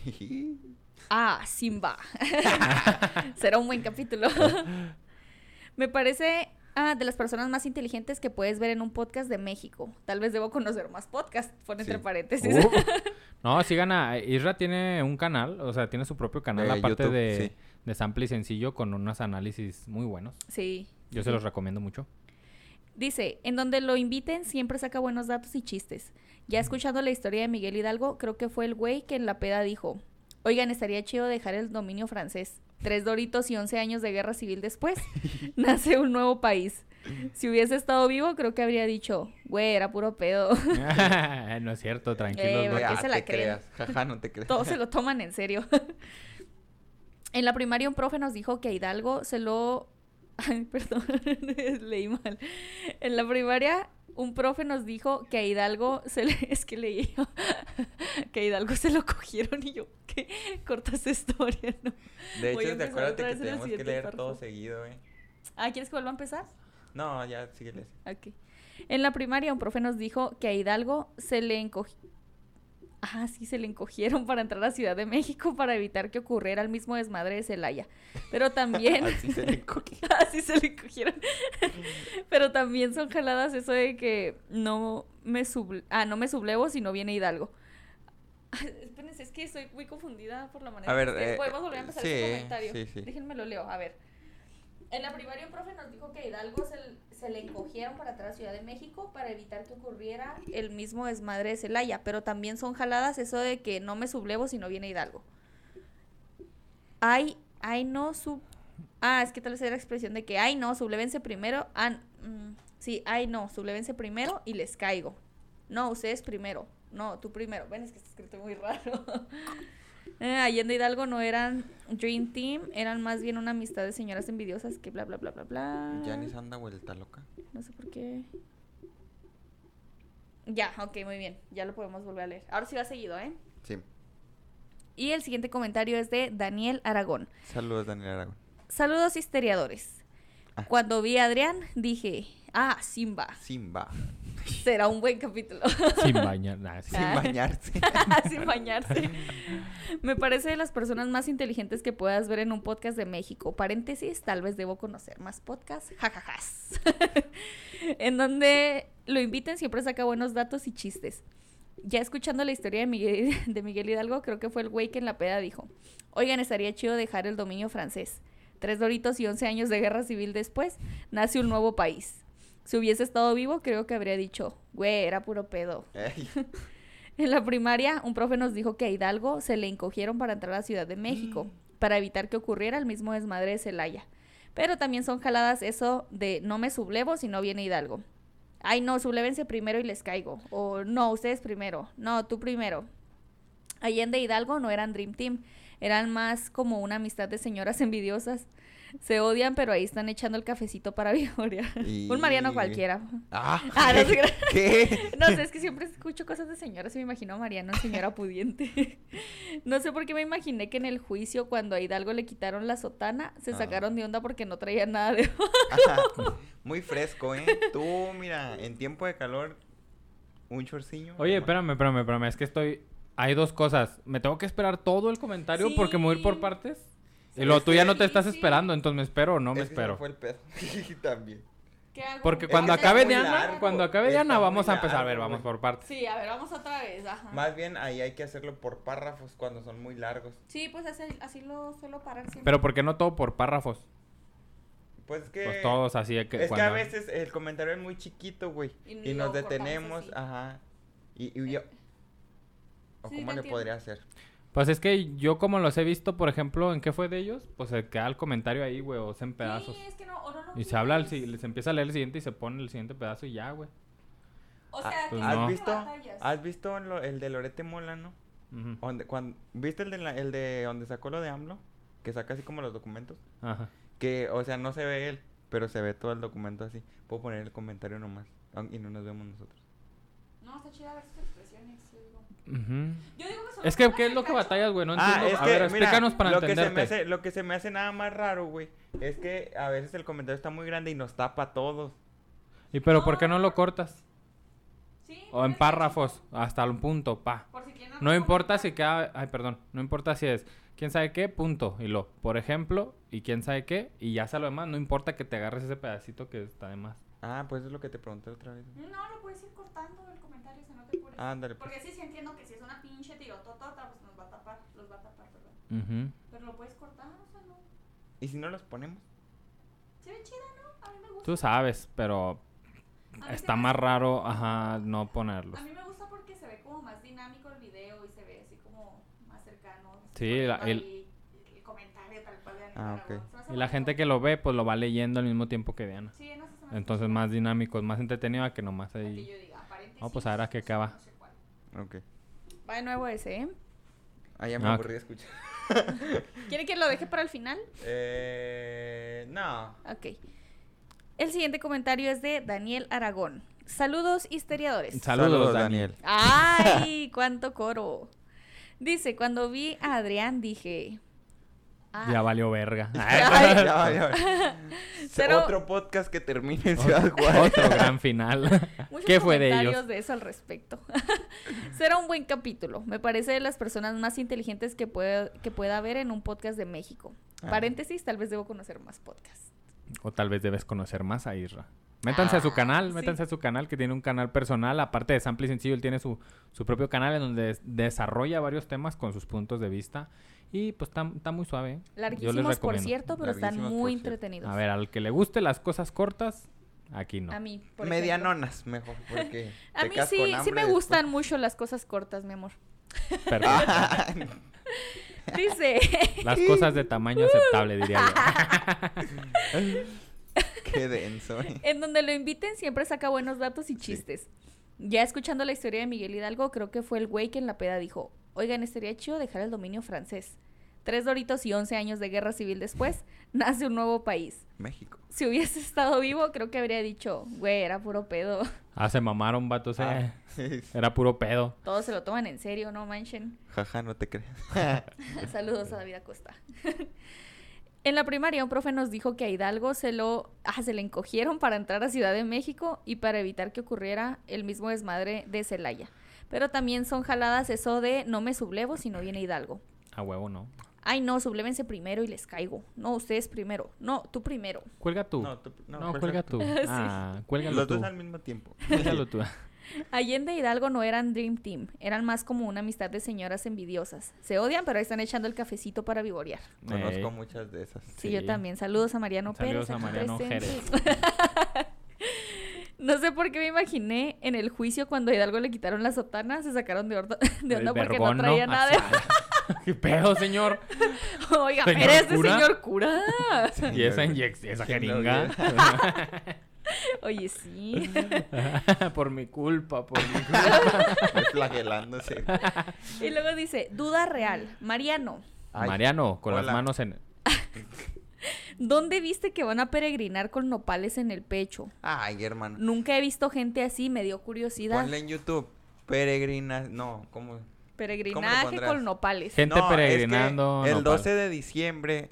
Speaker 1: Simba. Será un buen capítulo. Me parece de las personas más inteligentes que puedes ver en un podcast de México. Tal vez debo conocer más podcasts, pone entre paréntesis.
Speaker 3: No, sigan a... Isra tiene un canal, o sea, tiene su propio canal, aparte YouTube, de Sample y Sencillo, con unos análisis muy buenos.
Speaker 1: Sí.
Speaker 3: Yo se los recomiendo mucho.
Speaker 1: Dice, en donde lo inviten siempre saca buenos datos y chistes. Ya escuchando la historia de Miguel Hidalgo, creo que fue el güey que en la peda dijo... Oigan, estaría chido dejar el dominio francés. 3 doritos y 11 años de guerra civil después, nace un nuevo país. Si hubiese estado vivo, creo que habría dicho, güey, era puro pedo.
Speaker 3: No es cierto, tranquilo.
Speaker 1: ¿Por qué se la creen?
Speaker 2: Jaja, no te creas.
Speaker 1: Todos se lo toman en serio. En la primaria un profe nos dijo que a Hidalgo se lo... Ay, perdón, leí mal. En la primaria... Un profe nos dijo que a Hidalgo es que leí yo, que a Hidalgo se lo cogieron y yo, ¿qué? Cortas historia, ¿no?
Speaker 2: De hecho, te acuérdate que tenemos que leer todo seguido,
Speaker 1: ¿Quieres que vuelva a empezar?
Speaker 2: No, ya, síguele.
Speaker 1: Ok. En la primaria un profe nos dijo que a Hidalgo se le encogieron para entrar a Ciudad de México para evitar que ocurriera el mismo desmadre de Celaya. Pero también...
Speaker 2: Así se le encogieron.
Speaker 1: Así se le encogieron. Pero también son jaladas eso de que no me sublevo si no viene Hidalgo. Espérense, es que estoy muy confundida por la manera.
Speaker 2: A ver,
Speaker 1: podemos volver a empezar este comentario.
Speaker 2: Sí.
Speaker 1: Déjenme lo leo, a ver. En la primaria un profe nos dijo que a Hidalgo se le encogieron para entrar a Ciudad de México para evitar que ocurriera el mismo desmadre de Celaya, pero también son jaladas eso de que no me sublevo si no viene Hidalgo. Es que tal vez era la expresión de que, sublévense primero. Sublévense primero y les caigo. No, ustedes primero. No, tú primero. Ven, es que está escrito muy raro. Allende Hidalgo no eran Dream Team, eran más bien una amistad de señoras envidiosas que bla, bla, bla, bla, bla.
Speaker 2: Janice anda vuelta loca.
Speaker 1: No sé por qué. Ya, ok, muy bien. Ya lo podemos volver a leer. Ahora sí va seguido, ¿eh?
Speaker 2: Sí.
Speaker 1: Y el siguiente comentario es de Daniel Aragón.
Speaker 2: Saludos, Daniel Aragón.
Speaker 1: Saludos, historiadores. Cuando vi a Adrián, dije, Simba. Será un buen capítulo.
Speaker 3: Sin bañarse.
Speaker 1: Sin bañarse. Me parece de las personas más inteligentes que puedas ver en un podcast de México. Paréntesis, tal vez debo conocer más podcasts. Jajajas. En donde lo inviten siempre saca buenos datos y chistes. Ya escuchando la historia de Miguel Hidalgo, creo que fue el güey que en la peda dijo, oigan, estaría chido dejar el dominio francés. 3 doritos y 11 años de guerra civil después, nace un nuevo país. Si hubiese estado vivo, creo que habría dicho, güey, era puro pedo. En la primaria, un profe nos dijo que a Hidalgo se le encogieron para entrar a la Ciudad de México, para evitar que ocurriera el mismo desmadre de Celaya. Pero también son jaladas eso de no me sublevo si no viene Hidalgo. Ay, no, sublévense primero y les caigo. O no, ustedes primero. No, tú primero. Allende e Hidalgo no eran Dream Team, eran más como una amistad de señoras envidiosas. Se odian, pero ahí están echando el cafecito para vigorear. Un Mariano cualquiera. No sé.
Speaker 2: ¿Qué?
Speaker 1: No sé, es que siempre escucho cosas de señoras y me imagino a Mariano, señora pudiente. No sé por qué me imaginé que en el juicio, cuando a Hidalgo le quitaron la sotana, se sacaron de onda porque no traía nada de abajo.
Speaker 2: Muy fresco, ¿eh? Tú, mira, en tiempo de calor, un chorciño.
Speaker 3: Oye, espérame. Es que hay dos cosas. ¿Me tengo que esperar todo el comentario
Speaker 1: Sí.
Speaker 3: porque me voy a ir por partes? Y luego tú ya no te estás esperando, entonces ¿me espero o no me espero?
Speaker 2: Fue el pedo. También.
Speaker 1: ¿Qué hago?
Speaker 3: Porque
Speaker 2: Es
Speaker 3: cuando
Speaker 2: que está
Speaker 3: acabe
Speaker 2: muy
Speaker 3: Diana,
Speaker 2: largo.
Speaker 3: vamos a
Speaker 2: Está muy
Speaker 3: empezar. A ver,
Speaker 2: largo,
Speaker 3: vamos
Speaker 2: güey.
Speaker 3: por partes.
Speaker 1: Sí, a ver, vamos otra vez, ajá.
Speaker 2: Más bien ahí hay que hacerlo por párrafos cuando son muy largos.
Speaker 1: Sí, pues así lo suelo parar siempre.
Speaker 3: Pero ¿por qué no todo por párrafos?
Speaker 2: Pues que...
Speaker 3: Pues todos así de que...
Speaker 2: Es que
Speaker 3: cuando-
Speaker 2: a veces el comentario es muy chiquito, güey.
Speaker 1: Y
Speaker 2: Y
Speaker 1: lo
Speaker 2: nos
Speaker 1: cortamos
Speaker 2: detenemos,
Speaker 1: así.
Speaker 2: ajá. Y yo... ¿O
Speaker 1: Sí,
Speaker 2: cómo
Speaker 1: te
Speaker 2: le
Speaker 1: entiendo.
Speaker 2: podría hacer?
Speaker 3: Pues es que yo como los he visto, por ejemplo, ¿en qué fue de ellos? Pues se queda el comentario ahí, güey, o sea, en pedazos.
Speaker 1: Sí, es que no, o no lo
Speaker 3: Y se habla,
Speaker 1: quieres.
Speaker 3: les empieza a leer el siguiente y se pone el siguiente pedazo y ya, güey.
Speaker 1: O sea,
Speaker 3: pues
Speaker 1: que
Speaker 3: no.
Speaker 2: ¿Has visto el de Lorete Mola, no?
Speaker 3: Ujú.
Speaker 2: ¿Viste el de donde sacó lo de AMLO? Que saca así como los documentos.
Speaker 3: Ajá.
Speaker 2: Que, o sea, no se ve él, pero se ve todo el documento así. Puedo poner el comentario nomás. Y no nos vemos nosotros.
Speaker 1: No, está chida ver sus expresiones. Yo digo,
Speaker 3: Ujú.
Speaker 1: yo digo que solo
Speaker 3: Es que,
Speaker 1: pongas
Speaker 3: ¿qué es
Speaker 1: el
Speaker 3: lo que
Speaker 1: cacho.
Speaker 3: batallas, güey? No entiendo.
Speaker 2: Es
Speaker 3: A
Speaker 2: que,
Speaker 3: ver,
Speaker 2: mira,
Speaker 3: explícanos para entenderte.
Speaker 2: lo que se me hace nada más raro, güey, es que a veces el comentario está muy grande y nos tapa a todos.
Speaker 3: ¿Y pero por qué no lo cortas?
Speaker 1: Sí,
Speaker 3: O en
Speaker 1: ponle
Speaker 3: párrafos, hasta un punto, pa.
Speaker 1: cacho, por si quieren
Speaker 3: No importa
Speaker 1: comentar.
Speaker 3: si queda... Ay, perdón. No importa si es... ¿Quién sabe qué? Punto. Y lo... Por ejemplo, y quién sabe qué. Y ya sea lo demás. No importa que te agarres ese pedacito que está de más.
Speaker 2: Ah, pues es lo que te pregunté otra vez.
Speaker 1: No, lo puedes ir cortando el comentario, o sea, no te apures.
Speaker 2: Ándale, pues.
Speaker 1: Porque sí entiendo que si es una pinche tirototota, pues nos va a tapar, los va a tapar, perdón.
Speaker 3: Ujú.
Speaker 1: Pero lo puedes cortar, o sea, no.
Speaker 2: ¿Y si no los ponemos?
Speaker 1: Se ve chida, ¿no? A mí me gusta.
Speaker 3: Tú sabes, pero...
Speaker 1: A mí se
Speaker 3: Está
Speaker 1: me
Speaker 3: más
Speaker 1: hace-
Speaker 3: raro, ajá, no ponerlos.
Speaker 1: A mí me gusta porque se ve como más dinámico el video y se ve así como más cercano.
Speaker 3: Sí,
Speaker 1: el comentario tal cual de Daniel
Speaker 2: ok.
Speaker 1: Aragón. Se me hace
Speaker 3: Y la
Speaker 1: bonito.
Speaker 3: gente que lo ve, pues lo va leyendo al mismo tiempo que Diana.
Speaker 1: Sí, no sé, se me hace
Speaker 3: Entonces
Speaker 1: chido.
Speaker 3: más dinámico, más entretenido a que nomás
Speaker 1: A que
Speaker 3: ahí...
Speaker 1: yo diga, paréntesis,
Speaker 3: No, pues a ver a qué acaba.
Speaker 1: no sé cuál.
Speaker 2: Ok.
Speaker 1: Va de nuevo ese, ¿eh?
Speaker 2: Ah, ya me
Speaker 3: Ah,
Speaker 2: aburrí de escuchar.
Speaker 1: ¿Quiere que lo deje para el final?
Speaker 2: No.
Speaker 1: Ok. El siguiente comentario es de Daniel Aragón. Saludos, histeriadores.
Speaker 3: Saludos, Daniel.
Speaker 1: ¡Ay! ¡Cuánto coro! Dice, cuando vi a Adrián dije... "Ah,
Speaker 3: Ya valió verga.
Speaker 1: Ay.
Speaker 2: Ya va.
Speaker 1: Pero-
Speaker 2: Otro podcast que termine en Ciudad Juárez.
Speaker 3: Otro gran final.
Speaker 1: muchos
Speaker 3: ¿Qué fue de
Speaker 1: comentarios
Speaker 3: ellos?
Speaker 1: de eso al respecto. Será un buen capítulo. Me parece de las personas más inteligentes que pueda haber en un podcast de México.
Speaker 2: Ah.
Speaker 1: Paréntesis, tal vez debo conocer más podcasts.
Speaker 3: O tal vez debes conocer más a Isra. Métanse a su canal,
Speaker 1: sí.
Speaker 3: métanse a su canal, que tiene un canal personal. Aparte de Sample y Sencillo, él tiene su propio canal en donde desarrolla varios temas con sus puntos de vista. Y pues está muy suave. ¿eh? Yo les
Speaker 1: Larguísimos, por
Speaker 3: recomiendo.
Speaker 1: cierto, pero están
Speaker 2: Larguísimos, por
Speaker 1: muy
Speaker 2: cierto.
Speaker 1: entretenidos.
Speaker 3: A ver, al que le guste las cosas cortas, aquí no.
Speaker 1: A mí, por ejemplo.
Speaker 2: Medianonas, mejor, porque
Speaker 1: A
Speaker 2: te
Speaker 1: mí
Speaker 2: quedas
Speaker 1: sí,
Speaker 2: con
Speaker 1: sí
Speaker 2: hambre
Speaker 1: me
Speaker 2: después.
Speaker 1: gustan mucho las cosas cortas, mi amor.
Speaker 3: Perfecto.
Speaker 1: Dice,
Speaker 3: Las cosas de tamaño aceptable, diría yo.
Speaker 2: Qué denso, ¿eh?
Speaker 1: en donde lo inviten siempre saca buenos datos y chistes. Ya escuchando la historia de Miguel Hidalgo, creo que fue el güey que en la peda dijo, oigan, estaría chido dejar el dominio francés. 3 Doritos y 11 años de guerra civil después, nace un nuevo país.
Speaker 2: México.
Speaker 1: Si hubiese estado vivo, creo que habría dicho, güey, era puro pedo.
Speaker 3: Ah, se mamaron, vatos.
Speaker 2: Sí.
Speaker 3: Era puro pedo.
Speaker 1: Todos se lo toman en serio, no manchen.
Speaker 2: Jaja, no te creas.
Speaker 1: Saludos a David Acosta. En la primaria, un profe nos dijo que a Hidalgo se le encogieron para entrar a Ciudad de México y para evitar que ocurriera el mismo desmadre de Celaya. Pero también son jaladas eso de no me sublevo si no viene Hidalgo.
Speaker 3: A huevo, no.
Speaker 1: Ay, no, sublévense primero y les caigo. No, ustedes primero. No, tú primero.
Speaker 3: Cuelga tú. No, cuelga tú. Ah, cuélgalo
Speaker 2: Los
Speaker 3: tú.
Speaker 2: dos al mismo tiempo.
Speaker 3: Cuélgalo tú.
Speaker 1: Allende e Hidalgo no eran Dream Team, eran más como una amistad de señoras envidiosas. Se odian, pero ahí están echando el cafecito para vivorear.
Speaker 2: Conozco
Speaker 3: Ey.
Speaker 2: muchas de esas.
Speaker 1: Sí, yo también. Saludos a Mariano
Speaker 3: Saludos
Speaker 1: Pérez.
Speaker 3: a
Speaker 1: aquí
Speaker 3: Mariano
Speaker 1: presente. No sé por qué me imaginé en el juicio cuando a Hidalgo le quitaron la sotana, se sacaron de onda porque no traía nada de...
Speaker 3: ¿Qué pedo, señor?
Speaker 1: Oiga, pero ese señor cura.
Speaker 3: Y esa jeringa.
Speaker 1: Oye, sí.
Speaker 3: Por mi culpa.
Speaker 2: Flagelándose.
Speaker 1: Y luego dice, duda real. Mariano.
Speaker 2: Ay,
Speaker 3: Mariano, con
Speaker 2: hola.
Speaker 3: las manos en...
Speaker 1: ¿Dónde viste que van a peregrinar con nopales en el pecho?
Speaker 2: Ay, hermano.
Speaker 1: Nunca he visto gente así, me dio curiosidad.
Speaker 2: Ponle en YouTube. Peregrinas. No, ¿cómo?
Speaker 1: Peregrinaje con nopales.
Speaker 3: Gente
Speaker 2: No,
Speaker 3: peregrinando.
Speaker 2: es que el
Speaker 3: nopal.
Speaker 2: 12 de diciembre,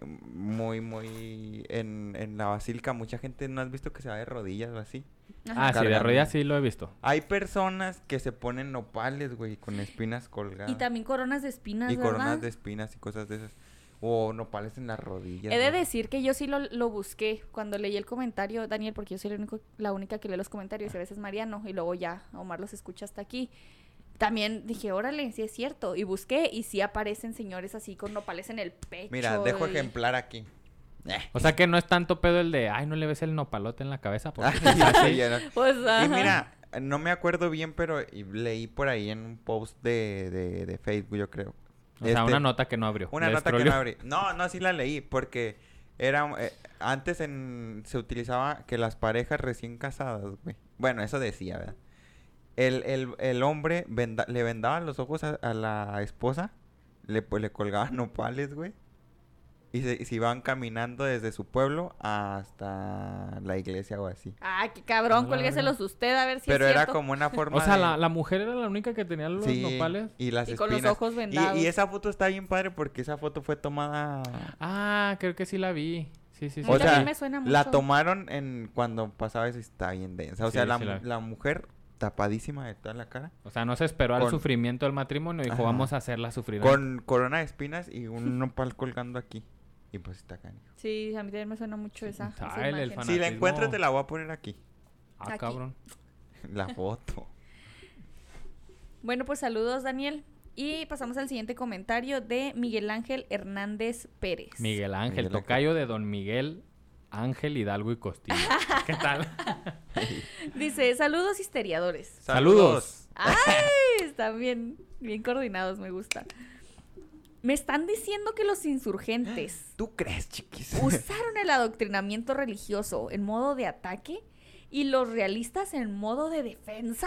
Speaker 2: muy en la basílica, mucha gente, ¿no has visto que se va de rodillas o así?
Speaker 1: Ajá.
Speaker 3: Ah, sí, de
Speaker 2: Cargando.
Speaker 3: rodillas sí lo he visto.
Speaker 2: Hay personas que se ponen nopales, güey, con espinas colgadas.
Speaker 1: Y también coronas de espinas,
Speaker 2: Y
Speaker 1: ¿verdad?
Speaker 2: coronas de espinas y cosas de esas. O nopales en las rodillas.
Speaker 1: He de
Speaker 2: güey.
Speaker 1: decir que yo sí lo busqué cuando leí el comentario, Daniel, porque yo soy la única que lee los comentarios y a veces Mariano, y luego ya Omar los escucha hasta aquí. También dije, órale, sí es cierto. Y busqué y sí aparecen señores así con nopales en el pecho.
Speaker 2: Mira, dejo
Speaker 1: y-
Speaker 2: ejemplar aquí.
Speaker 3: O sea que no es tanto pedo el de, ay, no le ves el nopalote en la cabeza. Porque
Speaker 2: Sí, ya no.
Speaker 1: Pues, ajá.
Speaker 2: Y mira, no me acuerdo bien, pero leí por ahí en un post de Facebook, yo creo.
Speaker 3: O sea, una nota que no abrió.
Speaker 2: Una
Speaker 3: Le
Speaker 2: nota que
Speaker 3: scrolleó.
Speaker 2: no abrí. No, sí la leí, porque era... antes se utilizaba que las parejas recién casadas, güey. Bueno, eso decía, ¿verdad? El hombre le vendaba los ojos a la esposa, pues le colgaban nopales, güey. Y se iban caminando desde su pueblo hasta la iglesia o así.
Speaker 1: Ah, qué cabrón,
Speaker 3: Ah,
Speaker 1: cuélgueselos usted a ver si
Speaker 2: Pero
Speaker 1: es
Speaker 2: era
Speaker 1: cierto.
Speaker 2: como una forma
Speaker 3: O sea,
Speaker 2: de...
Speaker 3: la mujer era la única que tenía los
Speaker 2: Sí,
Speaker 3: nopales.
Speaker 2: y las
Speaker 1: Y con los
Speaker 2: espinas.
Speaker 1: ojos vendados.
Speaker 2: Y esa foto está bien padre porque esa foto fue tomada...
Speaker 3: Ah, creo que sí la vi. Sí.
Speaker 1: A mí
Speaker 2: O sea,
Speaker 1: también me suena
Speaker 2: la
Speaker 1: mucho.
Speaker 2: tomaron cuando pasaba eso y está bien densa. O
Speaker 3: Sí,
Speaker 2: sea,
Speaker 3: sí la vi.
Speaker 2: la mujer tapadísima de toda la cara.
Speaker 3: O sea, no se esperó al
Speaker 2: Con-
Speaker 3: sufrimiento del matrimonio. Dijo,
Speaker 2: Ajá.
Speaker 3: vamos a hacerla sufrir.
Speaker 2: Con corona de espinas y un nopal colgando aquí. Y pues está canijo.
Speaker 1: Sí, a mí también me suena mucho esa
Speaker 3: Ay, el
Speaker 1: imagen.
Speaker 3: fanatismo.
Speaker 2: Si la encuentro te la voy a poner aquí.
Speaker 3: Ah,
Speaker 1: Aquí.
Speaker 3: cabrón.
Speaker 2: La foto.
Speaker 1: Bueno, pues saludos, Daniel. Y pasamos al siguiente comentario de Miguel Ángel Hernández Pérez.
Speaker 3: Miguel Ángel,
Speaker 2: Miguel Ángel.
Speaker 3: tocayo de don Miguel Ángel Hidalgo y Costilla. ¿Qué tal?
Speaker 1: Dice, saludos histeriadores.
Speaker 3: Saludos.
Speaker 1: ¡Ay! Están bien coordinados, me gusta. Me están diciendo que los insurgentes
Speaker 2: ¿Tú crees, chiquis?
Speaker 1: usaron el adoctrinamiento religioso en modo de ataque y los realistas en modo de defensa.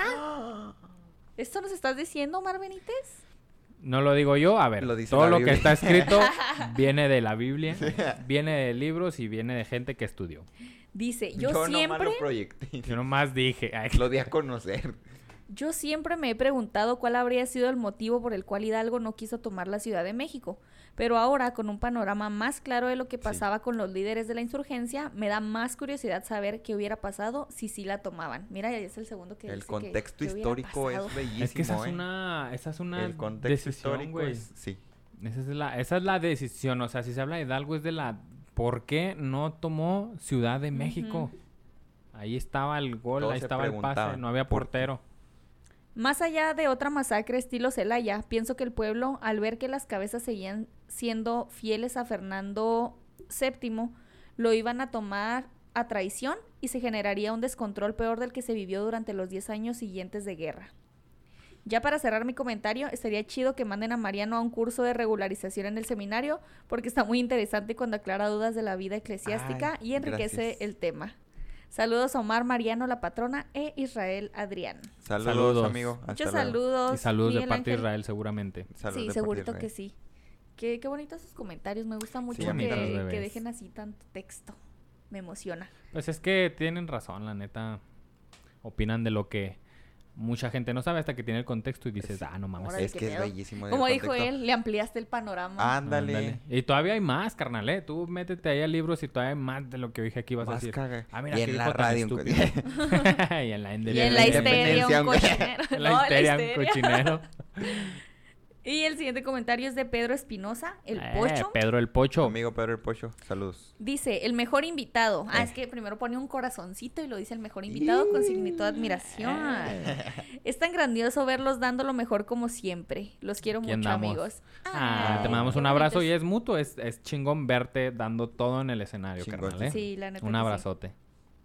Speaker 1: ¿Esto nos estás diciendo, Omar Benítez?
Speaker 3: No lo digo yo, a ver,
Speaker 2: Lo dice
Speaker 3: todo
Speaker 2: la
Speaker 3: lo que
Speaker 2: Biblia.
Speaker 3: está escrito viene de la Biblia, viene de libros y viene de gente que estudió.
Speaker 1: Dice, yo
Speaker 2: nomás
Speaker 1: siempre...
Speaker 2: lo proyecté.
Speaker 3: Yo nomás dije, ay,
Speaker 2: Lo di a conocer.
Speaker 1: Yo siempre me he preguntado cuál habría sido el motivo por el cual Hidalgo no quiso tomar la Ciudad de México, pero ahora con un panorama más claro de lo que pasaba con los líderes de la insurgencia, me da más curiosidad saber qué hubiera pasado si sí la tomaban. Mira, ya es el segundo que
Speaker 2: El
Speaker 1: dice
Speaker 2: contexto
Speaker 1: que hubiera
Speaker 2: histórico
Speaker 1: pasado.
Speaker 2: es bellísimo,
Speaker 3: es que esa
Speaker 2: ¿eh?
Speaker 3: es una
Speaker 2: El contexto
Speaker 3: decisión,
Speaker 2: histórico
Speaker 3: güey.
Speaker 2: es... Sí.
Speaker 3: Esa es la decisión, o sea, si se habla de Hidalgo es de la ¿por qué no tomó Ciudad de México? Ahí estaba el gol,
Speaker 2: Todos
Speaker 3: ahí
Speaker 2: se
Speaker 3: estaba el pase,
Speaker 2: preguntaban,
Speaker 3: no había
Speaker 2: ¿por qué?
Speaker 3: portero.
Speaker 1: Más allá de otra masacre estilo Celaya, pienso que el pueblo, al ver que las cabezas seguían siendo fieles a Fernando VII, lo iban a tomar a traición y se generaría un descontrol peor del que se vivió durante los 10 años siguientes de guerra. Ya para cerrar mi comentario, estaría chido que manden a Mariano a un curso de regularización en el seminario, porque está muy interesante cuando aclara dudas de la vida eclesiástica
Speaker 2: Ay,
Speaker 1: y enriquece
Speaker 2: gracias.
Speaker 1: el tema. Saludos a Omar, Mariano, la patrona, e Israel Adrián.
Speaker 2: Saludos, amigo. Hasta
Speaker 1: Muchos
Speaker 2: luego.
Speaker 1: saludos.
Speaker 3: Y saludos de
Speaker 1: Miguel
Speaker 3: parte de
Speaker 1: Ángel.
Speaker 3: Israel seguramente.
Speaker 2: Saludos
Speaker 1: Sí,
Speaker 2: de parte de
Speaker 1: segurito
Speaker 2: Israel.
Speaker 1: que sí. Qué bonitos sus comentarios. Me gusta mucho
Speaker 3: bonitos los
Speaker 1: que
Speaker 3: bebés.
Speaker 1: dejen así tanto texto. Me emociona.
Speaker 3: Pues es que tienen razón, la neta. Opinan de lo que mucha gente no sabe hasta que tiene el contexto y dices, ah, no mames.
Speaker 1: Órale,
Speaker 2: Es
Speaker 1: qué
Speaker 2: que es
Speaker 1: pedo.
Speaker 2: bellísimo. el
Speaker 1: Como dijo
Speaker 2: contexto.
Speaker 1: él, le ampliaste el panorama.
Speaker 2: Ándale.
Speaker 3: Ándale. Y todavía hay más, carnal, ¿eh? Tú métete ahí a libros y todavía hay más de lo que dije aquí vas a
Speaker 2: Más
Speaker 3: decir.
Speaker 2: caga.
Speaker 3: Ah, mira,
Speaker 2: Y
Speaker 3: qué
Speaker 2: en la
Speaker 3: viejo tan
Speaker 2: radio.
Speaker 3: estúpido. y en la
Speaker 1: y
Speaker 3: Indelia.
Speaker 1: en la
Speaker 2: Independencia,
Speaker 1: histeria un
Speaker 2: hombre.
Speaker 1: cochinero.
Speaker 3: En la
Speaker 1: No,
Speaker 3: histeria, un
Speaker 1: histeria.
Speaker 3: cochinero.
Speaker 1: Y el siguiente comentario es de Pedro Espinosa, el Pocho.
Speaker 3: Pedro el Pocho.
Speaker 2: Amigo Pedro el Pocho, saludos.
Speaker 1: Dice, el mejor invitado. Es que primero pone un corazoncito y lo dice el mejor invitado con signitud de admiración. Es tan grandioso verlos dando lo mejor como siempre. Los quiero
Speaker 3: Aquí
Speaker 1: mucho,
Speaker 3: andamos.
Speaker 1: amigos.
Speaker 3: Ah, te
Speaker 1: Ay,
Speaker 3: mandamos
Speaker 1: qué
Speaker 3: un abrazo y
Speaker 1: bonitos.
Speaker 3: es mutuo. Es chingón verte dando todo en el escenario,
Speaker 2: Chingón.
Speaker 3: carnal, ¿eh?
Speaker 1: Sí, la neta
Speaker 3: Un
Speaker 1: que sí.
Speaker 3: abrazote.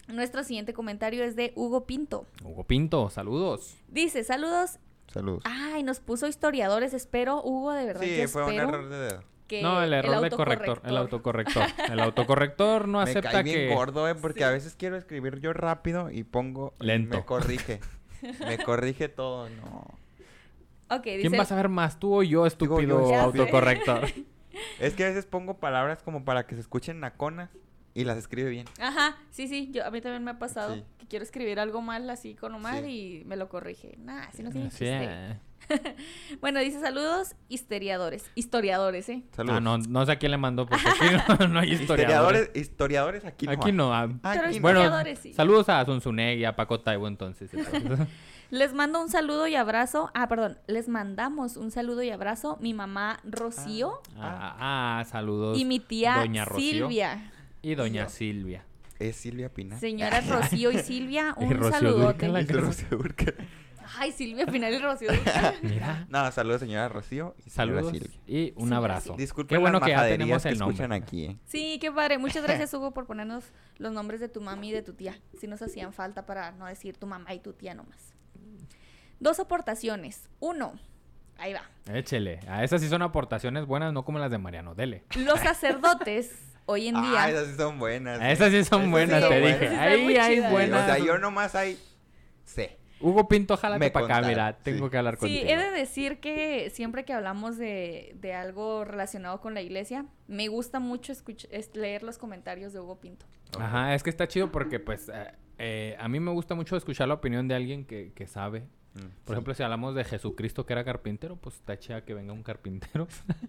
Speaker 1: Nuestro siguiente comentario es de Hugo Pinto.
Speaker 3: Hugo Pinto, saludos.
Speaker 1: Dice, saludos.
Speaker 2: Saludos.
Speaker 1: Ay, nos puso historiadores. Espero, Hugo, de verdad que
Speaker 2: fue un error de dedo.
Speaker 3: No, el error de corrector. El autocorrector. El autocorrector no acepta
Speaker 2: me cae bien gordo, porque a veces quiero escribir yo rápido y pongo...
Speaker 3: Lento.
Speaker 2: Me corrige. Me corrige todo, no.
Speaker 1: Okay, dice...
Speaker 3: ¿Quién va a saber más, tú o yo, estúpido autocorrector?
Speaker 2: Es que a veces pongo palabras como para que se escuchen naconas y las escribe bien.
Speaker 1: Ajá, sí. A mí también me ha pasado que quiero escribir algo mal así con Omar y me lo corrige. Nah, así no tiene chiste. Bueno, dice saludos, historiadores, ¿eh?
Speaker 2: Saludos.
Speaker 3: No sé a quién le mandó porque aquí no hay historiadores.
Speaker 2: Historiadores aquí no.
Speaker 3: Aquí no.
Speaker 1: Pero
Speaker 3: bueno, sí. Saludos a Zunzunegui, a Paco Taibo entonces.
Speaker 1: Les mando un saludo y abrazo. Les mandamos un saludo y abrazo. Mi mamá Rocío.
Speaker 3: Saludos.
Speaker 1: Y mi tía
Speaker 3: Doña Rocío
Speaker 1: Silvia.
Speaker 3: Y doña Silvia.
Speaker 2: ¿Es Silvia Pinal?
Speaker 1: Señoras Rocío y Silvia, un saludote. Ay, Silvia Pinal y Rocío.
Speaker 3: Mira.
Speaker 2: No, saludos señora Rocío y
Speaker 3: saludos
Speaker 2: Silvia.
Speaker 3: Y un abrazo.
Speaker 2: Disculpen
Speaker 3: qué bueno
Speaker 2: las
Speaker 3: que ya
Speaker 2: majaderías
Speaker 3: tenemos el
Speaker 2: que
Speaker 3: nombre.
Speaker 2: escuchan aquí,
Speaker 1: Sí, qué padre. Muchas gracias, Hugo, por ponernos los nombres de tu mami y de tu tía. Sí nos hacían falta para no decir tu mamá y tu tía nomás. 2 aportaciones. 1. Ahí va.
Speaker 3: Échele. A esas sí son aportaciones buenas, no como las de Mariano. Dele.
Speaker 1: Los sacerdotes hoy en día...
Speaker 2: esas sí son buenas.
Speaker 3: Esas sí son buenas, te dije. Ahí hay buenas.
Speaker 2: O sea, yo nomás hay... sé.
Speaker 3: Hugo Pinto, jálate para acá, mira. Tengo que hablar contigo.
Speaker 1: Sí, he de decir que siempre que hablamos de algo relacionado con la iglesia, me gusta mucho leer los comentarios de Hugo Pinto.
Speaker 3: Ajá, es que está chido porque, pues, a mí me gusta mucho escuchar la opinión de alguien que sabe. Por ejemplo, si hablamos de Jesucristo que era carpintero, pues está chida que venga un carpintero.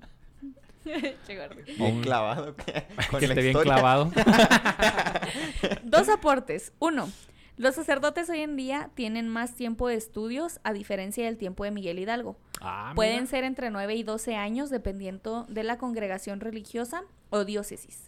Speaker 2: Bien clavado.
Speaker 3: Que esté bien clavado.
Speaker 1: 2 aportes. 1. Los sacerdotes hoy en día tienen más tiempo de estudios a diferencia del tiempo de Miguel Hidalgo. Pueden ser entre 9 y 12 años dependiendo de la congregación religiosa o diócesis.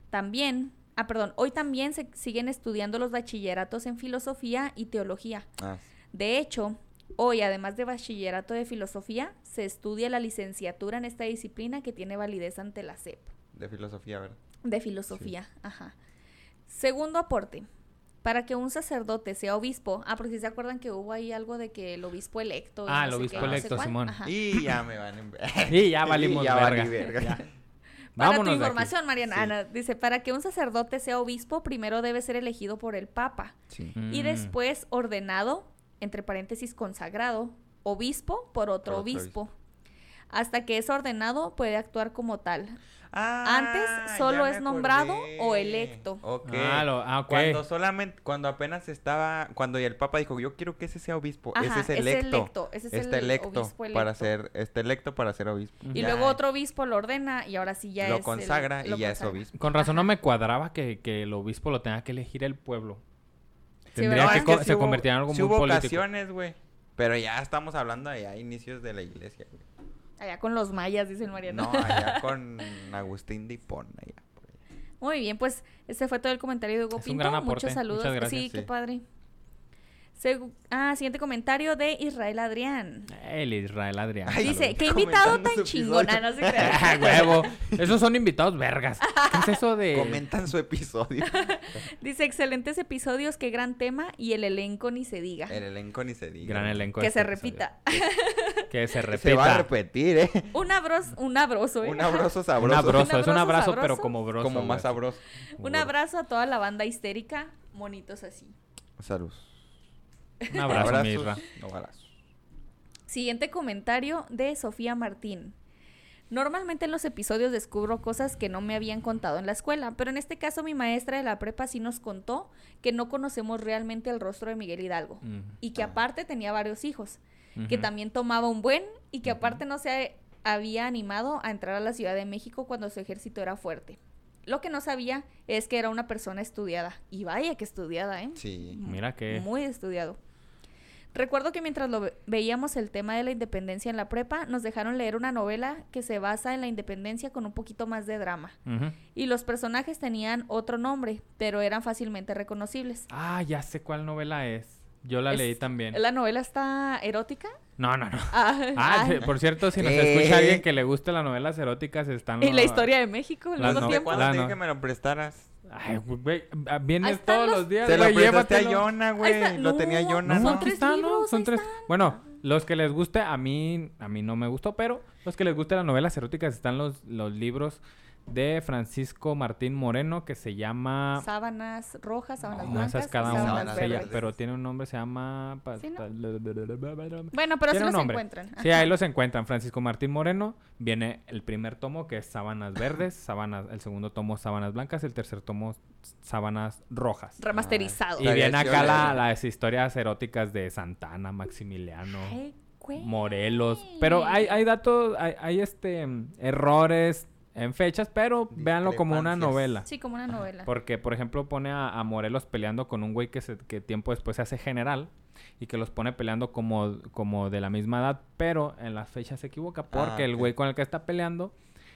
Speaker 1: Hoy también se siguen estudiando los bachilleratos en filosofía y teología. De hecho, hoy además de bachillerato de filosofía, se estudia la licenciatura en esta disciplina que tiene validez ante la SEP.
Speaker 2: De filosofía, ¿verdad?
Speaker 1: De filosofía, sí. Ajá. Segundo aporte. Para que un sacerdote sea obispo... porque si se acuerdan que hubo ahí algo de que el obispo electo...
Speaker 3: el obispo electo, Simón.
Speaker 2: Ajá. Y ya me van
Speaker 3: Y ya valimos verga.
Speaker 1: Ya. Para tu información, Mariana. Sí. Ana, dice, para que un sacerdote sea obispo, primero debe ser elegido por el Papa.
Speaker 2: Sí.
Speaker 1: Y después ordenado, entre paréntesis consagrado, obispo por otro obispo. Hasta que es ordenado, puede actuar como tal. Antes solo es nombrado o electo.
Speaker 2: Okay.
Speaker 3: Okay.
Speaker 2: Cuando apenas estaba, cuando el Papa dijo, yo quiero que ese sea obispo.
Speaker 1: Ajá,
Speaker 2: ese es electo.
Speaker 1: Ese es el
Speaker 2: electo
Speaker 1: obispo electo.
Speaker 2: para ser obispo.
Speaker 1: Y luego otro obispo lo ordena y ahora sí ya
Speaker 2: lo consagra y ya es obispo.
Speaker 3: Con razón no me cuadraba que el obispo lo tenga que elegir el pueblo.
Speaker 1: Sí,
Speaker 3: Tendría que se convertir en algo muy
Speaker 2: hubo
Speaker 3: político.
Speaker 2: ocasiones, güey. Pero ya estamos hablando de ya inicios de la iglesia, güey.
Speaker 1: Allá con los mayas, dice el Mariano.
Speaker 2: No, allá con Agustín de Hipona.
Speaker 1: Muy bien, pues ese fue todo el comentario de Hugo Pinto.
Speaker 3: Un gran aporte.
Speaker 1: Muchos saludos.
Speaker 3: Muchas gracias.
Speaker 1: Sí, qué padre. Siguiente comentario de Israel Adrián.
Speaker 3: El Israel Adrián.
Speaker 1: Dice, qué invitado tan chingona, no se crea.
Speaker 3: Huevo. Esos son invitados vergas. ¿Qué es eso de...?
Speaker 2: Comentan su episodio.
Speaker 1: Dice, excelentes episodios, qué gran tema y el elenco ni se diga.
Speaker 2: El elenco ni se diga.
Speaker 3: Gran elenco.
Speaker 1: Que se repita.
Speaker 3: Que se repita.
Speaker 2: Se va a repetir,
Speaker 1: Un abrazo,
Speaker 2: Un abrazo sabroso.
Speaker 3: Un abrazo, es un abrazo, pero como broso.
Speaker 2: Como más sabroso.
Speaker 1: Un abrazo a toda la banda histérica. Monitos así.
Speaker 2: Salud.
Speaker 3: Un abrazo, Mirra.
Speaker 1: Siguiente comentario de Sofía Martín. Normalmente en los episodios descubro cosas que no me habían contado en la escuela, pero en este caso mi maestra de la prepa sí nos contó que no conocemos realmente el rostro de Miguel Hidalgo y que aparte tenía varios hijos, que también tomaba un buen y que aparte no se había animado a entrar a la Ciudad de México cuando su ejército era fuerte. Lo que no sabía es que era una persona estudiada. Y vaya que estudiada, ¿eh?
Speaker 2: Sí.
Speaker 3: Mira que...
Speaker 1: Muy estudiado. Recuerdo que mientras veíamos el tema de la independencia en la prepa, nos dejaron leer una novela que se basa en la independencia con un poquito más de drama. Y los personajes tenían otro nombre, pero eran fácilmente reconocibles.
Speaker 3: Ya sé cuál novela es. Yo la leí también.
Speaker 1: ¿La novela está erótica?
Speaker 3: No. Por cierto, si nos escucha alguien que le guste las novelas eróticas, están...
Speaker 1: ¿Y la historia de México?
Speaker 2: ¿Cuándo te dije que me lo prestaras?
Speaker 3: Ay, güey, vienes
Speaker 1: están
Speaker 3: todos
Speaker 1: los-
Speaker 3: los días,
Speaker 2: Se lo
Speaker 3: güey,
Speaker 2: prestaste a
Speaker 3: llévatelo.
Speaker 2: Yona,
Speaker 1: Ahí
Speaker 2: güey.
Speaker 1: está.
Speaker 2: Lo tenía
Speaker 1: No,
Speaker 2: Yona,
Speaker 1: son
Speaker 2: ¿no?
Speaker 3: Aquí
Speaker 1: tres
Speaker 3: está,
Speaker 1: libros,
Speaker 3: Son
Speaker 1: ahí
Speaker 3: tres.
Speaker 1: están.
Speaker 3: Bueno, los que les guste, a mí no me gustó, pero los que les gusten las novelas eróticas están los libros de Francisco Martín Moreno, que se llama...
Speaker 1: Sábanas rojas, sábanas
Speaker 3: No,
Speaker 1: blancas
Speaker 3: esa es cada
Speaker 1: y
Speaker 3: una,
Speaker 1: sábanas
Speaker 2: se llama,
Speaker 1: verdes.
Speaker 3: pero tiene un nombre, se llama...
Speaker 1: ¿Sí, no?
Speaker 3: Bueno,
Speaker 1: Bueno, pero sí
Speaker 3: Tiene un
Speaker 1: los
Speaker 3: nombre.
Speaker 1: encuentran.
Speaker 3: sí, ahí los encuentran. Francisco Martín Moreno, viene el primer tomo, que es Sábanas Verdes, el segundo tomo, Sábanas Blancas, el tercer tomo, Sábanas Rojas.
Speaker 1: Remasterizado.
Speaker 3: Y viene acá
Speaker 2: Estaría
Speaker 3: las historias eróticas de Santana, Maximiliano,
Speaker 1: Ay, güey.
Speaker 3: Morelos. Pero hay datos, hay errores en fechas, pero véanlo como una
Speaker 2: Discrepancias.
Speaker 3: novela.
Speaker 1: Sí, como una novela.
Speaker 3: Porque, por ejemplo, pone a Morelos peleando con un güey que tiempo después se hace general y que los pone peleando como de la misma edad, pero en las fechas se equivoca porque el
Speaker 2: ok.
Speaker 3: güey con el que está peleando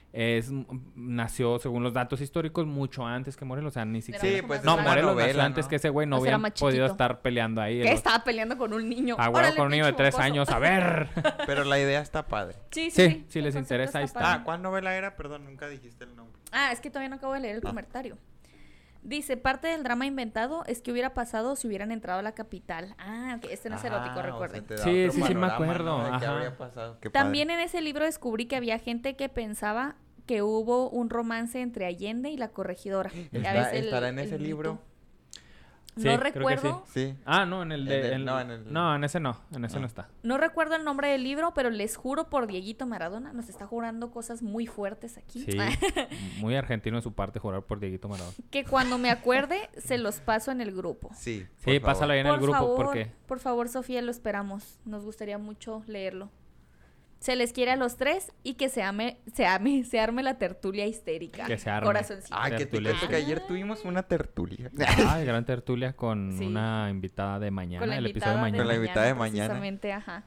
Speaker 3: nació, según los datos históricos, mucho antes que Morelos. O sea, ni siquiera...
Speaker 2: Sí, pues
Speaker 3: no,
Speaker 2: es una
Speaker 3: Morelos nació
Speaker 2: novela,
Speaker 3: antes
Speaker 2: ¿no?
Speaker 3: que ese güey. No
Speaker 1: O sea, era
Speaker 3: habían
Speaker 1: más
Speaker 3: podido
Speaker 1: chiquito.
Speaker 3: estar peleando ahí.
Speaker 1: Que estaba peleando con un niño.
Speaker 3: Ah, güey,
Speaker 1: Órale,
Speaker 3: con un niño de
Speaker 1: pinche
Speaker 3: 3
Speaker 1: mocoso.
Speaker 3: años. A ver.
Speaker 2: Pero la idea está padre.
Speaker 1: Sí,
Speaker 3: Sí,
Speaker 1: sí.
Speaker 3: si les
Speaker 1: El
Speaker 3: interesa,
Speaker 1: concepto
Speaker 3: ahí
Speaker 1: está
Speaker 3: está.
Speaker 1: padre.
Speaker 2: ¿Cuál novela era? Perdón, nunca dijiste el nombre.
Speaker 1: Es que todavía no acabo de leer el comentario. Dice, parte del drama inventado es que hubiera pasado si hubieran entrado a la capital. Ok, este no es erótico, recuerden.
Speaker 3: Sí, sí, me acuerdo,
Speaker 2: ¿Qué
Speaker 3: ajá.
Speaker 2: habría pasado? Qué
Speaker 1: También
Speaker 2: padre.
Speaker 1: en ese libro descubrí que había gente que pensaba que hubo un romance entre Allende y la corregidora. Ya ves
Speaker 2: ¿Estará en
Speaker 1: el
Speaker 2: ese
Speaker 1: mito.
Speaker 2: libro?
Speaker 3: Sí,
Speaker 1: No
Speaker 3: creo que
Speaker 1: recuerdo.
Speaker 2: Sí.
Speaker 3: No, en el de...
Speaker 2: No, en el-
Speaker 3: No, en ese no. En ese no está.
Speaker 1: No recuerdo el nombre del libro, pero les juro por Dieguito Maradona, nos está jurando cosas muy fuertes aquí.
Speaker 3: Sí, muy argentino de su parte jurar por Dieguito Maradona.
Speaker 1: Que cuando me acuerde, se los paso en el grupo.
Speaker 2: Sí.
Speaker 3: Sí,
Speaker 2: por
Speaker 3: pásalo ahí
Speaker 2: favor.
Speaker 3: en el grupo porque...
Speaker 1: Por favor, Sofía, lo esperamos. Nos gustaría mucho leerlo. Se les quiere a los tres y que se arme la tertulia histérica.
Speaker 3: Que se arme.
Speaker 1: Corazoncito.
Speaker 2: Ay, que te
Speaker 3: Tertulia.
Speaker 2: cuento que ayer tuvimos una tertulia.
Speaker 3: Ay, gran tertulia con
Speaker 1: Sí.
Speaker 3: una invitada de mañana,
Speaker 1: Con la
Speaker 3: el episodio de mañana.
Speaker 2: Con la invitada de mañana.
Speaker 1: Precisamente, ajá.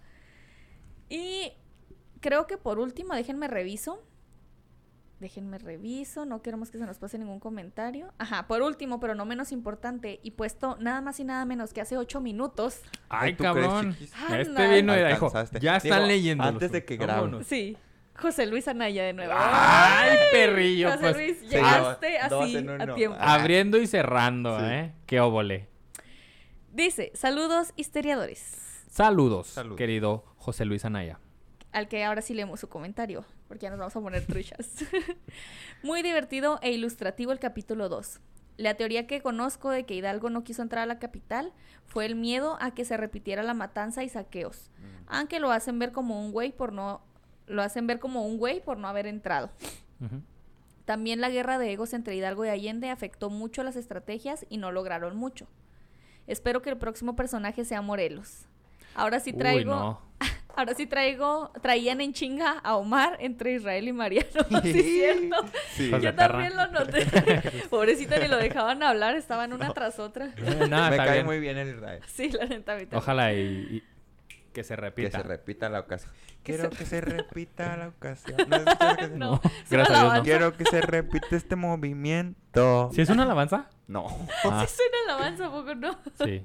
Speaker 1: Y creo que por último, déjenme reviso, no queremos que se nos pase ningún comentario. Ajá, por último, pero no menos importante, y puesto nada más y nada menos que hace 8 minutos.
Speaker 3: Ay,
Speaker 2: ¿tú crees,
Speaker 3: cabrón.
Speaker 2: chiquis?
Speaker 3: Este vino y dijo,
Speaker 2: Alcanzaste.
Speaker 3: ya están
Speaker 2: Digo,
Speaker 3: leyendo.
Speaker 2: antes de que grabe.
Speaker 3: Vámonos.
Speaker 1: Sí, José Luis Anaya de nuevo.
Speaker 3: Ay, perrillo,
Speaker 1: José
Speaker 3: pues.
Speaker 1: Luis,
Speaker 2: Sí,
Speaker 1: llegaste
Speaker 2: dos
Speaker 1: así
Speaker 2: en uno.
Speaker 1: a tiempo.
Speaker 3: Abriendo y cerrando,
Speaker 2: Sí.
Speaker 3: Qué óvole.
Speaker 1: Dice, saludos histeriadores.
Speaker 3: Saludos,
Speaker 2: Saludos.
Speaker 3: querido José Luis Anaya.
Speaker 1: Al que ahora sí leemos su comentario, porque ya nos vamos a poner truchas. Muy divertido e ilustrativo el capítulo 2. La teoría que conozco de que Hidalgo no quiso entrar a la capital fue el miedo a que se repitiera la matanza y saqueos, aunque lo hacen ver como un güey por no haber entrado.
Speaker 3: Ujú.
Speaker 1: También la guerra de egos entre Hidalgo y Allende afectó mucho las estrategias y no lograron mucho. Espero que el próximo personaje sea Morelos. Ahora sí traigo...
Speaker 3: Uy, no.
Speaker 1: Ahora sí traían en chinga a Omar entre Israel y Mariano. Sí, es cierto.
Speaker 2: Sí.
Speaker 3: Hijos de
Speaker 1: Yo también lo noté. Pobrecito, ni lo dejaban hablar, estaban una tras otra.
Speaker 3: Nada,
Speaker 2: Me
Speaker 3: está
Speaker 2: cae
Speaker 3: bien.
Speaker 2: muy bien el Israel.
Speaker 1: Sí, la neta, a mí también.
Speaker 3: Ojalá y que se
Speaker 2: Que
Speaker 3: repita.
Speaker 2: se repita la ocasión.
Speaker 1: Que
Speaker 2: Quiero
Speaker 1: se-
Speaker 2: que se repita la ocasión. ¿No has escuchado la canción?
Speaker 1: No,
Speaker 3: Gracias
Speaker 1: es una
Speaker 3: a Dios, no.
Speaker 1: alabanza.
Speaker 2: Quiero que se repita este movimiento.
Speaker 3: ¿Sí es una alabanza?
Speaker 2: No.
Speaker 3: Ah,
Speaker 1: Sí suena alabanza, ¿a poco no?
Speaker 3: sí.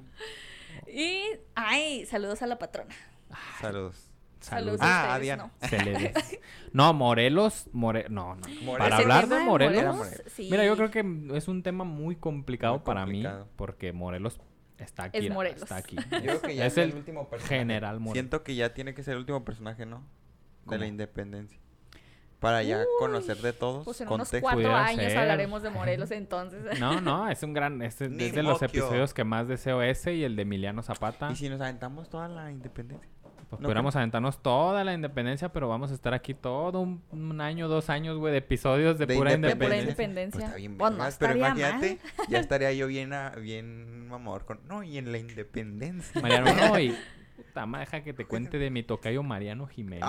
Speaker 1: Y, saludos a la patrona.
Speaker 2: Saludos.
Speaker 1: Saludos
Speaker 3: Saludos.
Speaker 1: a
Speaker 2: Ah,
Speaker 1: ustedes,
Speaker 2: Diana.
Speaker 1: no.
Speaker 3: Se le ve. No, Morelos. No.
Speaker 2: Morelos.
Speaker 3: Para
Speaker 1: Ese
Speaker 3: hablar
Speaker 1: tema
Speaker 3: de Morelos.
Speaker 1: sí.
Speaker 3: Mira, yo creo que es un tema muy complicado
Speaker 2: Muy
Speaker 3: para
Speaker 2: complicado.
Speaker 3: mí. Porque Morelos está aquí.
Speaker 1: Es Morelos.
Speaker 3: Está aquí.
Speaker 2: Yo creo que ya
Speaker 3: Es
Speaker 2: es
Speaker 3: el
Speaker 2: el último personaje.
Speaker 3: general Morelos.
Speaker 2: Siento que ya tiene que ser el último personaje, ¿no? De
Speaker 3: ¿Cómo?
Speaker 2: la independencia. Para ya conocer de todos.
Speaker 1: Pues en unos
Speaker 2: contexto.
Speaker 1: 4
Speaker 3: Pudiera
Speaker 1: años
Speaker 3: ser.
Speaker 1: hablaremos de Morelos entonces.
Speaker 3: No, es un gran... Es
Speaker 2: Ni
Speaker 3: de los
Speaker 2: moquio.
Speaker 3: episodios que más deseo ese y el de Emiliano Zapata.
Speaker 2: ¿Y si nos aventamos toda la independencia?
Speaker 3: Pues
Speaker 2: No,
Speaker 3: pudiéramos aventarnos toda la independencia, pero vamos a estar aquí todo un año, 2 años, güey, de episodios de pura
Speaker 1: De pura
Speaker 3: independencia.
Speaker 1: independencia.
Speaker 2: Pues está bien,
Speaker 1: Pues no
Speaker 2: vergas, pero
Speaker 1: estaría
Speaker 2: imagínate, ya estaría yo bien mamor con... No, y en la independencia.
Speaker 3: Mariano, no, y... Puta madre, deja que te cuente de mi tocayo Mariano Jiménez.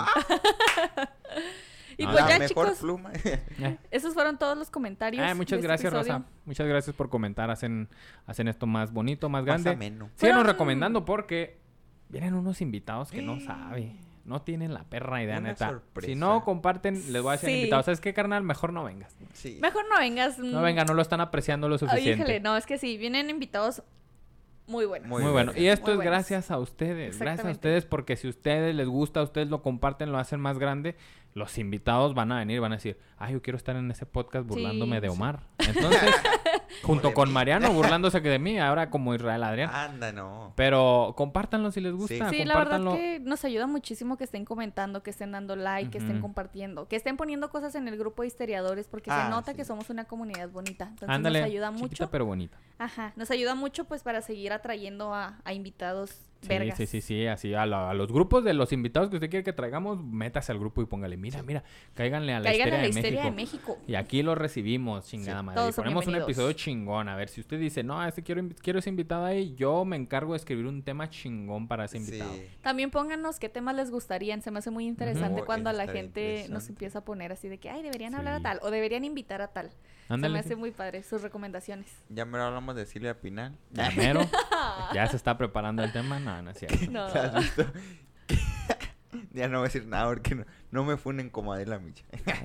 Speaker 1: Y
Speaker 3: No,
Speaker 1: pues
Speaker 2: la
Speaker 1: ya,
Speaker 2: mejor
Speaker 1: chicos,
Speaker 2: pluma.
Speaker 1: esos fueron todos los comentarios.
Speaker 3: Muchas
Speaker 1: de este
Speaker 3: gracias,
Speaker 1: episodio.
Speaker 3: Rosa. Muchas gracias por comentar. Hacen esto más bonito, más
Speaker 2: Más
Speaker 3: grande.
Speaker 2: ameno.
Speaker 3: Síganos
Speaker 1: Fueron-
Speaker 3: recomendando porque vienen unos invitados que no sabe. No tienen la perra idea,
Speaker 2: Una
Speaker 3: neta.
Speaker 2: sorpresa.
Speaker 3: Si no comparten, les voy a decir
Speaker 1: Sí.
Speaker 3: invitados. ¿Sabes qué, carnal? Mejor no vengas.
Speaker 2: Sí.
Speaker 1: Mejor no vengas.
Speaker 3: No venga, no lo están apreciando lo
Speaker 1: Ay,
Speaker 3: suficiente.
Speaker 1: híjole, no, es que sí, vienen invitados muy buenos.
Speaker 2: Muy
Speaker 3: Muy bueno.
Speaker 2: bien.
Speaker 3: Y esto
Speaker 1: Muy
Speaker 3: es
Speaker 1: buenos.
Speaker 3: gracias a ustedes. Gracias a
Speaker 1: Exactamente.
Speaker 3: ustedes porque si a ustedes les gusta, ustedes lo comparten, lo hacen más grande, los invitados van a venir, van a decir, ay, yo quiero estar en ese podcast burlándome
Speaker 1: Sí,
Speaker 3: de
Speaker 1: sí.
Speaker 3: Omar. Entonces, Junto con Mariano, burlándose de mí, ahora como Israel Adrián.
Speaker 2: Anda, no.
Speaker 3: Pero compártanlo si les gusta.
Speaker 1: Sí, la verdad que nos ayuda muchísimo que estén comentando, que estén dando like, que estén compartiendo, que estén poniendo cosas en el grupo de Histeriadores, porque se nota que somos una comunidad bonita. Entonces
Speaker 3: ándale,
Speaker 1: nos ayuda mucho.
Speaker 3: Pero bonita.
Speaker 1: Ajá, nos ayuda mucho pues para seguir atrayendo a invitados vergas.
Speaker 3: Sí, así a los grupos de los invitados que usted quiere que traigamos, métase al grupo y póngale, mira, cáiganle a la Histeria de México. Y aquí lo recibimos, chingada madre. Y ponemos un episodio chingón. A ver, si usted dice, no, quiero ese invitado ahí, yo me encargo de escribir un tema chingón para ese invitado.
Speaker 1: También pónganos qué temas les gustarían. Se me hace muy interesante cuando la gente nos empieza a poner así de que, ay, deberían hablar a tal, o deberían invitar a tal. Ándale. Se me hace muy padre sus recomendaciones.
Speaker 2: Ya mero hablamos de Silvia Pinal.
Speaker 3: Ya mero. Ya se está preparando el tema. No es cierto.
Speaker 1: No.
Speaker 2: ¿Has visto? Ya no voy a decir nada porque no me funen como Adela Micha.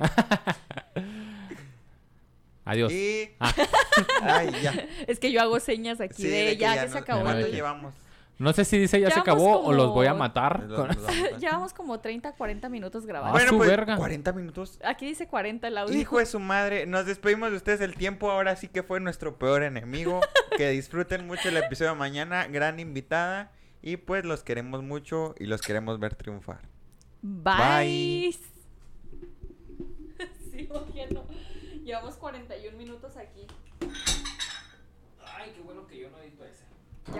Speaker 3: Adiós.
Speaker 2: Ay, ya.
Speaker 1: Es que yo hago señas aquí de ya que se acabó.
Speaker 2: ¿Cuánto llevamos?
Speaker 3: No sé si dice ya se acabó o los voy a matar.
Speaker 1: Llevamos como 30, 40 minutos grabados.
Speaker 2: Bueno, pues, 40 minutos.
Speaker 1: Aquí dice 40 el audio.
Speaker 2: Hijo de su madre. Nos despedimos de ustedes. El tiempo ahora sí que fue nuestro peor enemigo. Que disfruten mucho el episodio de mañana. Gran invitada. Y pues los queremos mucho y los queremos ver triunfar.
Speaker 1: Bye. Sigo viendo. Llevamos 41 minutos aquí.
Speaker 3: Ay, qué bueno que yo no edito ese.